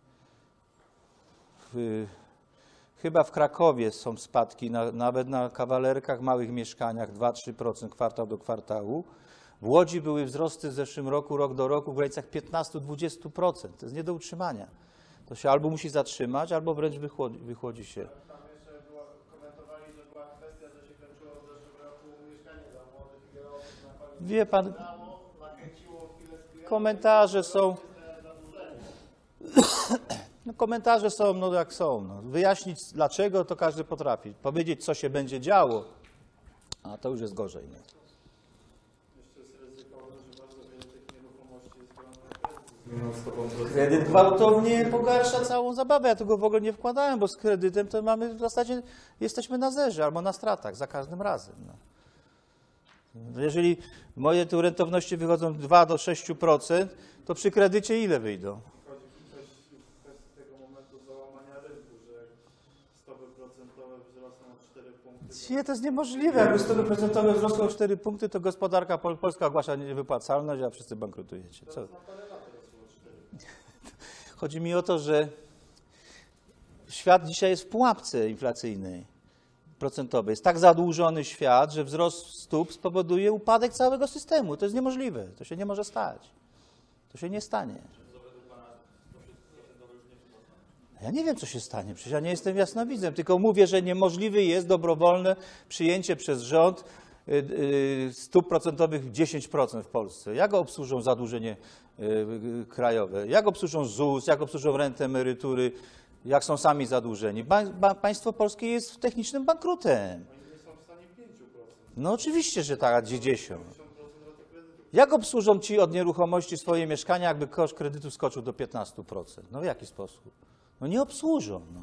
Speaker 1: Chyba w Krakowie są spadki, nawet na kawalerkach, małych mieszkaniach 2-3% kwartał do kwartału. W Łodzi były wzrosty w zeszłym roku, rok do roku w granicach 15-20%. To jest nie do utrzymania. To się albo musi zatrzymać, albo wręcz wychłodzi się.
Speaker 2: Tam jeszcze komentowali, że była kwestia, że się kończyło w zeszłym roku mieszkanie dla młodych i kierowców na koniec.
Speaker 1: Wie pan,
Speaker 2: Nakręciło chwilę z klientów,
Speaker 1: komentarze są,
Speaker 2: zadłużenie.
Speaker 1: no komentarze są, no jak są. No. Wyjaśnić dlaczego, to każdy potrafi. Powiedzieć, co się będzie działo, a to już jest gorzej. Nie?
Speaker 3: Jeszcze jest ryzykowne, że bardzo wiele tych nieruchomości jest
Speaker 1: Kredyt gwałtownie pogarsza całą zabawę. Ja tego w ogóle nie wkładałem, bo z kredytem to mamy w zasadzie, jesteśmy na zerze albo na stratach za każdym razem. No. Jeżeli moje tu rentowności wychodzą 2 do 6%, to przy kredycie ile wyjdą?
Speaker 3: Wchodzi kwestia tego momentu załamania rynku, że jak stopy procentowe wzrosną o 4 punkty.
Speaker 1: Nie, to jest niemożliwe. Jakby stopy procentowe wzrosły o 4 punkty, to gospodarka polska ogłasza niewypłacalność, a wszyscy bankrutujecie. Co?
Speaker 3: Na parę lat rosło o 4.
Speaker 1: Chodzi mi o to, że świat dzisiaj jest w pułapce inflacyjnej, procentowej. Jest tak zadłużony świat, że wzrost stóp spowoduje upadek całego systemu. To jest niemożliwe. To się nie może stać. To się nie stanie. Ja nie wiem, co się stanie. Przecież ja nie jestem jasnowidzem, tylko mówię, że niemożliwe jest dobrowolne przyjęcie przez rząd stóp procentowych 10% w Polsce. Jak obsłużą zadłużenie krajowe? Jak obsłużą ZUS? Jak obsłużą rentę emerytury? Jak są sami zadłużeni? Państwo polskie jest technicznym bankrutem.
Speaker 3: Oni nie są w stanie 5%.
Speaker 1: No oczywiście, że tak, a 10. Jak obsłużą ci od nieruchomości swoje mieszkania, jakby koszt kredytu skoczył do 15%? No w jaki sposób? No nie obsłużą. No.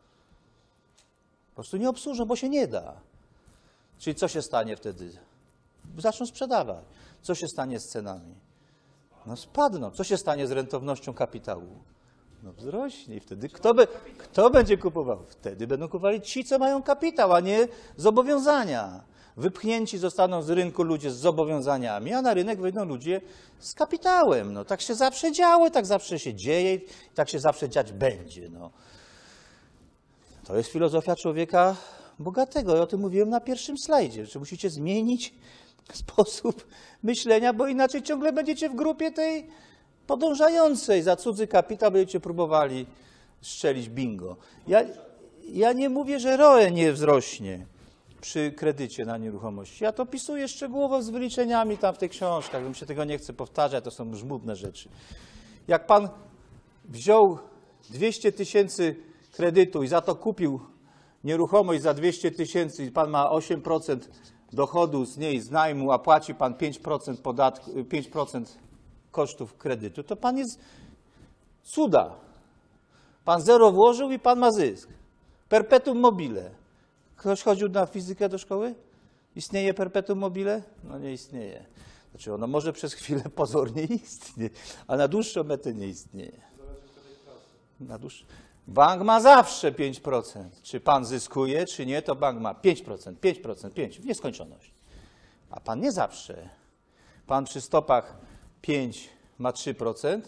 Speaker 1: Po prostu nie obsłużą, bo się nie da. Czyli co się stanie wtedy? Zaczną sprzedawać. Co się stanie z cenami? No spadną. Co się stanie z rentownością kapitału? No wzrośnie i wtedy kto będzie kupował? Wtedy będą kupowali ci, co mają kapitał, a nie zobowiązania. Wypchnięci zostaną z rynku ludzie z zobowiązaniami, a na rynek wejdą ludzie z kapitałem. No, tak się zawsze działo, tak zawsze się dzieje i tak się zawsze dziać będzie. No. To jest filozofia człowieka bogatego. Ja o tym mówiłem na pierwszym slajdzie, że musicie zmienić sposób myślenia, bo inaczej ciągle będziecie w grupie tej podążającej za cudzy kapitał, będziecie próbowali strzelić bingo. Ja nie mówię, że ROE nie wzrośnie przy kredycie na nieruchomości. Ja to opisuję szczegółowo z wyliczeniami tam w tych książkach, bym się tego nie chcę powtarzać, to są żmudne rzeczy. Jak pan wziął 200 000 kredytu i za to kupił nieruchomość za 200 000 i pan ma 8% dochodu z niej, z najmu, a płaci pan 5% podatku, 5% kosztów kredytu, to pan jest cuda. Pan zero włożył i pan ma zysk. Perpetuum mobile. Ktoś chodził na fizykę do szkoły? Istnieje perpetuum mobile? No nie istnieje. Znaczy ono może przez chwilę pozornie istnieje, a na dłuższą metę nie istnieje. Bank ma zawsze 5%. Czy pan zyskuje, czy nie, to bank ma 5%, 5%, w nieskończoność. A pan nie zawsze. Pan przy stopach 5 ma 3%,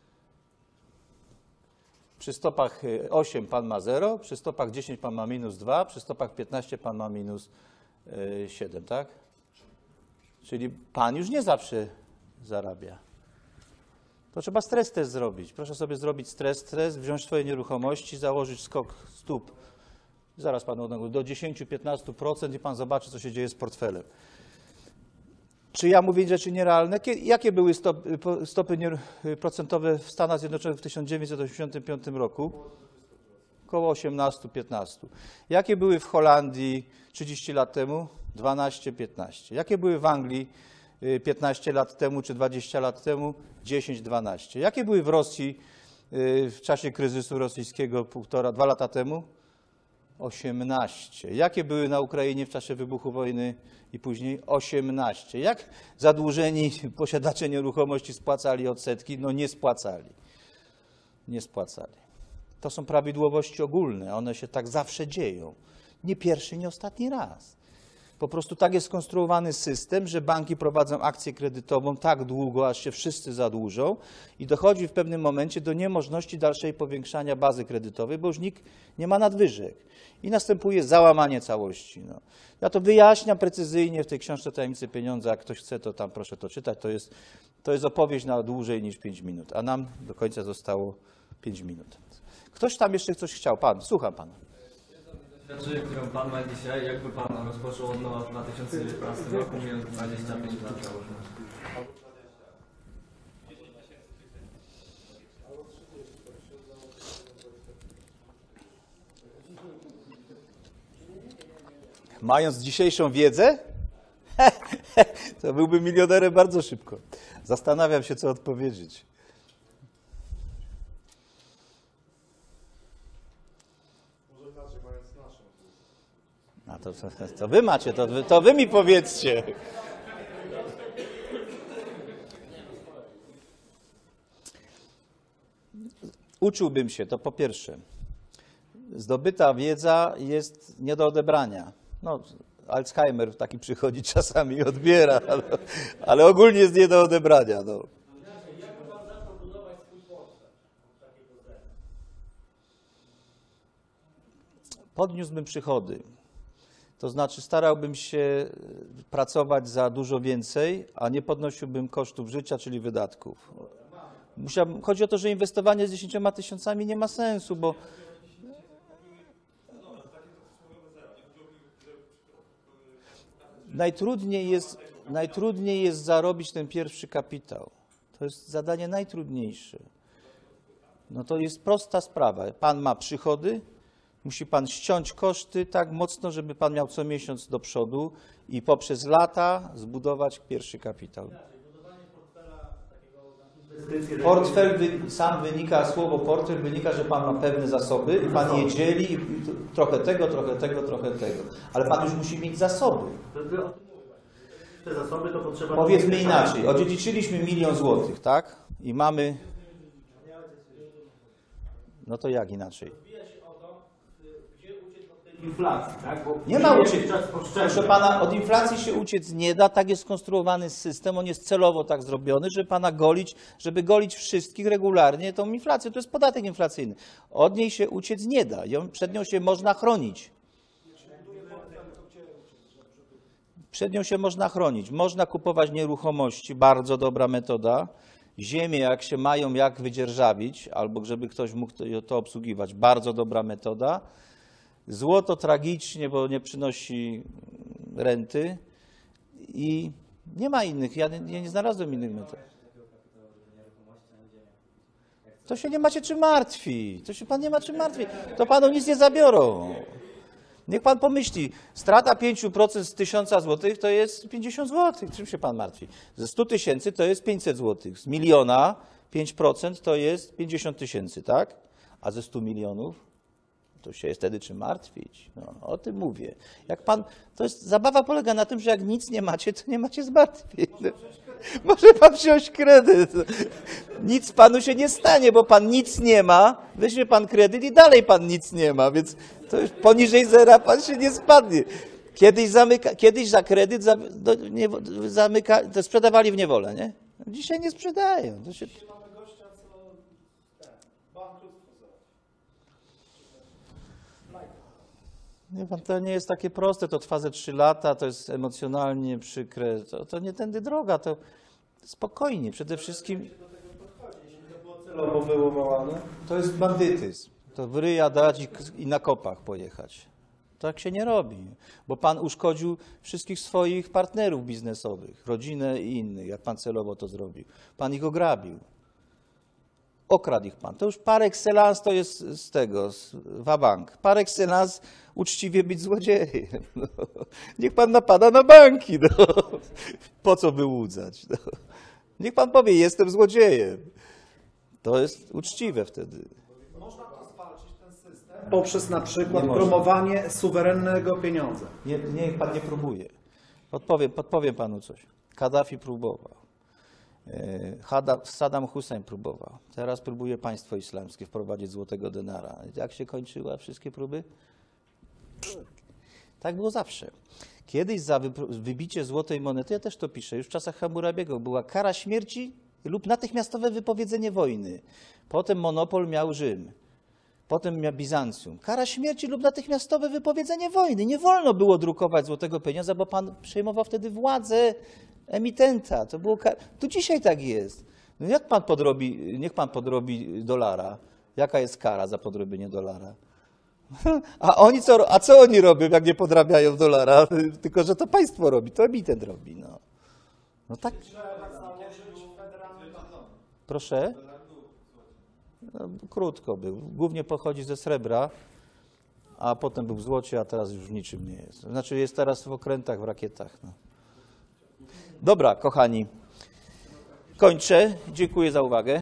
Speaker 1: przy stopach 8 pan ma 0, przy stopach 10 pan ma minus 2, przy stopach 15 pan ma minus 7, tak? Czyli pan już nie zawsze zarabia. To trzeba stres test zrobić. Proszę sobie zrobić stres test, wziąć swoje nieruchomości, założyć skok stóp, zaraz panu do 10-15% i pan zobaczy, co się dzieje z portfelem. Czy ja mówię rzeczy nierealne? Jakie były stopy procentowe w Stanach Zjednoczonych w 1985 roku? Około 18-15. Jakie były w Holandii 30 lat temu? 12-15. Jakie były w Anglii 15 lat temu czy 20 lat temu? 10-12. Jakie były w Rosji w czasie kryzysu rosyjskiego 1,5-2 lata temu? 18. Jakie były na Ukrainie w czasie wybuchu wojny i później? 18. Jak zadłużeni posiadacze nieruchomości spłacali odsetki? No nie spłacali. Nie spłacali. To są prawidłowości ogólne. One się tak zawsze dzieją. Nie pierwszy, nie ostatni raz. Po prostu tak jest skonstruowany system, że banki prowadzą akcję kredytową tak długo, aż się wszyscy zadłużą i dochodzi w pewnym momencie do niemożności dalszej powiększania bazy kredytowej, bo już nikt nie ma nadwyżek. I następuje załamanie całości. No. Ja to wyjaśniam precyzyjnie w tej książce Tajemnice Pieniądza. Jak ktoś chce, to tam proszę to czytać. To jest opowieść na dłużej niż 5 minut, a nam do końca zostało 5 minut. Ktoś tam jeszcze coś chciał? Pan, słucham pana.
Speaker 5: Doświadczenie, którą pan ma dzisiaj, jakby pan rozpoczął od nowa w 2019 roku, mając 25 lat założenia?
Speaker 1: Mając dzisiejszą wiedzę, to byłbym milionerem bardzo szybko. Zastanawiam się, co odpowiedzieć.
Speaker 3: Może inaczej, mając naszą.
Speaker 1: A to wy macie, to wy mi powiedzcie. Uczyłbym się, to po pierwsze. Zdobyta wiedza jest nie do odebrania. No, Alzheimer taki przychodzi czasami i odbiera, ale ogólnie jest nie do odebrania. No.
Speaker 2: Jakby pan zaczął budować swój portfel takiego zera?
Speaker 1: Podniósłbym przychody. To znaczy starałbym się pracować za dużo więcej, a nie podnosiłbym kosztów życia, czyli wydatków. Chodzi o to, że inwestowanie z 10 000 nie ma sensu, bo najtrudniej jest zarobić ten pierwszy kapitał. To jest zadanie najtrudniejsze. No to jest prosta sprawa. Pan ma przychody, musi pan ściąć koszty tak mocno, żeby pan miał co miesiąc do przodu i poprzez lata zbudować pierwszy kapitał. Portfel sam wynika, słowo portfel wynika, że pan ma pewne zasoby i pan je dzieli i trochę tego, trochę tego, trochę tego. Ale pan już musi mieć zasoby.
Speaker 3: Te zasoby to potrzeba...
Speaker 1: Powiedzmy inaczej, odziedziczyliśmy 1 000 000 złotych, tak? I mamy... No to jak inaczej?
Speaker 3: Inflacji, tak? Bo
Speaker 1: Nie ma uciec. Proszę pana, od inflacji się uciec nie da, tak jest skonstruowany system, on jest celowo tak zrobiony, żeby pana golić, żeby golić wszystkich regularnie tą inflację. To jest podatek inflacyjny. Od niej się uciec nie da, przed nią się można chronić. Przed nią się można chronić. Można kupować nieruchomości, bardzo dobra metoda. Ziemię, jak się mają, jak wydzierżawić, albo żeby ktoś mógł to obsługiwać, bardzo dobra metoda. Złoto tragicznie, bo nie przynosi renty i nie ma innych, ja nie znalazłem innych metod. To się nie macie czym martwić, to się pan nie ma czym martwić, to panu nic nie zabiorą. Niech pan pomyśli, strata 5% z 1000 złotych to jest 50 złotych, czym się pan martwi? Ze 100 000 to jest 500 złotych, z 1 000 000 5% to jest 50 000, tak? A ze 100 milionów? To się jest wtedy czym martwić. No, o tym mówię. Jak pan, to jest, zabawa polega na tym, że jak nic nie macie, to nie macie zmartwień. No, może pan wziąć kredyt. Nic panu się nie stanie, bo pan nic nie ma, weźmie pan kredyt i dalej pan nic nie ma, więc to już poniżej zera pan się nie spadnie. Kiedyś za kredyt to sprzedawali w niewolę, nie? Dzisiaj nie sprzedają. To się... Nie, pan, to nie jest takie proste, to trwa ze 3 lata, to jest emocjonalnie przykre, to nie tędy droga, to spokojnie, przede wszystkim...
Speaker 3: Celowo wyłomowane.
Speaker 1: To jest bandytyzm, to w ryja dać i na kopach pojechać. Tak się nie robi, bo pan uszkodził wszystkich swoich partnerów biznesowych, rodzinę i innych, jak pan celowo to zrobił. Pan ich ograbił. Okradł ich pan. To już par excellence to jest z tego, wabank. Par excellence uczciwie być złodziejem. No. Niech pan napada na banki. No. Po co wyłudzać? No. Niech pan powie, jestem złodziejem. To jest uczciwe wtedy.
Speaker 3: Można to zwalczyć, ten system, poprzez na przykład promowanie suwerennego pieniądza.
Speaker 1: Niech pan nie próbuje. Podpowiem panu coś. Kaddafi próbował. Saddam Hussein próbował. Teraz próbuje państwo islamskie wprowadzić złotego denara. Jak się kończyły wszystkie próby? Tak było zawsze. Kiedyś za wybicie złotej monety, ja też to piszę, już w czasach Hammurabiego, była kara śmierci lub natychmiastowe wypowiedzenie wojny. Potem monopol miał Rzym. Potem miał Bizancjum. Kara śmierci lub natychmiastowe wypowiedzenie wojny. Nie wolno było drukować złotego pieniądza, bo pan przejmował wtedy władzę emitenta. To było tu dzisiaj tak jest. No jak pan podrobi, niech pan podrobi dolara. Jaka jest kara za podrobienie dolara? A co oni robią, jak nie podrabiają dolara? Tylko że to państwo robi, to emitent robi. No tak. Proszę? No, krótko był. Głównie pochodzi ze srebra, a potem był w złocie, a teraz już w niczym nie jest. Znaczy jest teraz w okrętach, w rakietach. No. Dobra, kochani. Kończę. Dziękuję za uwagę.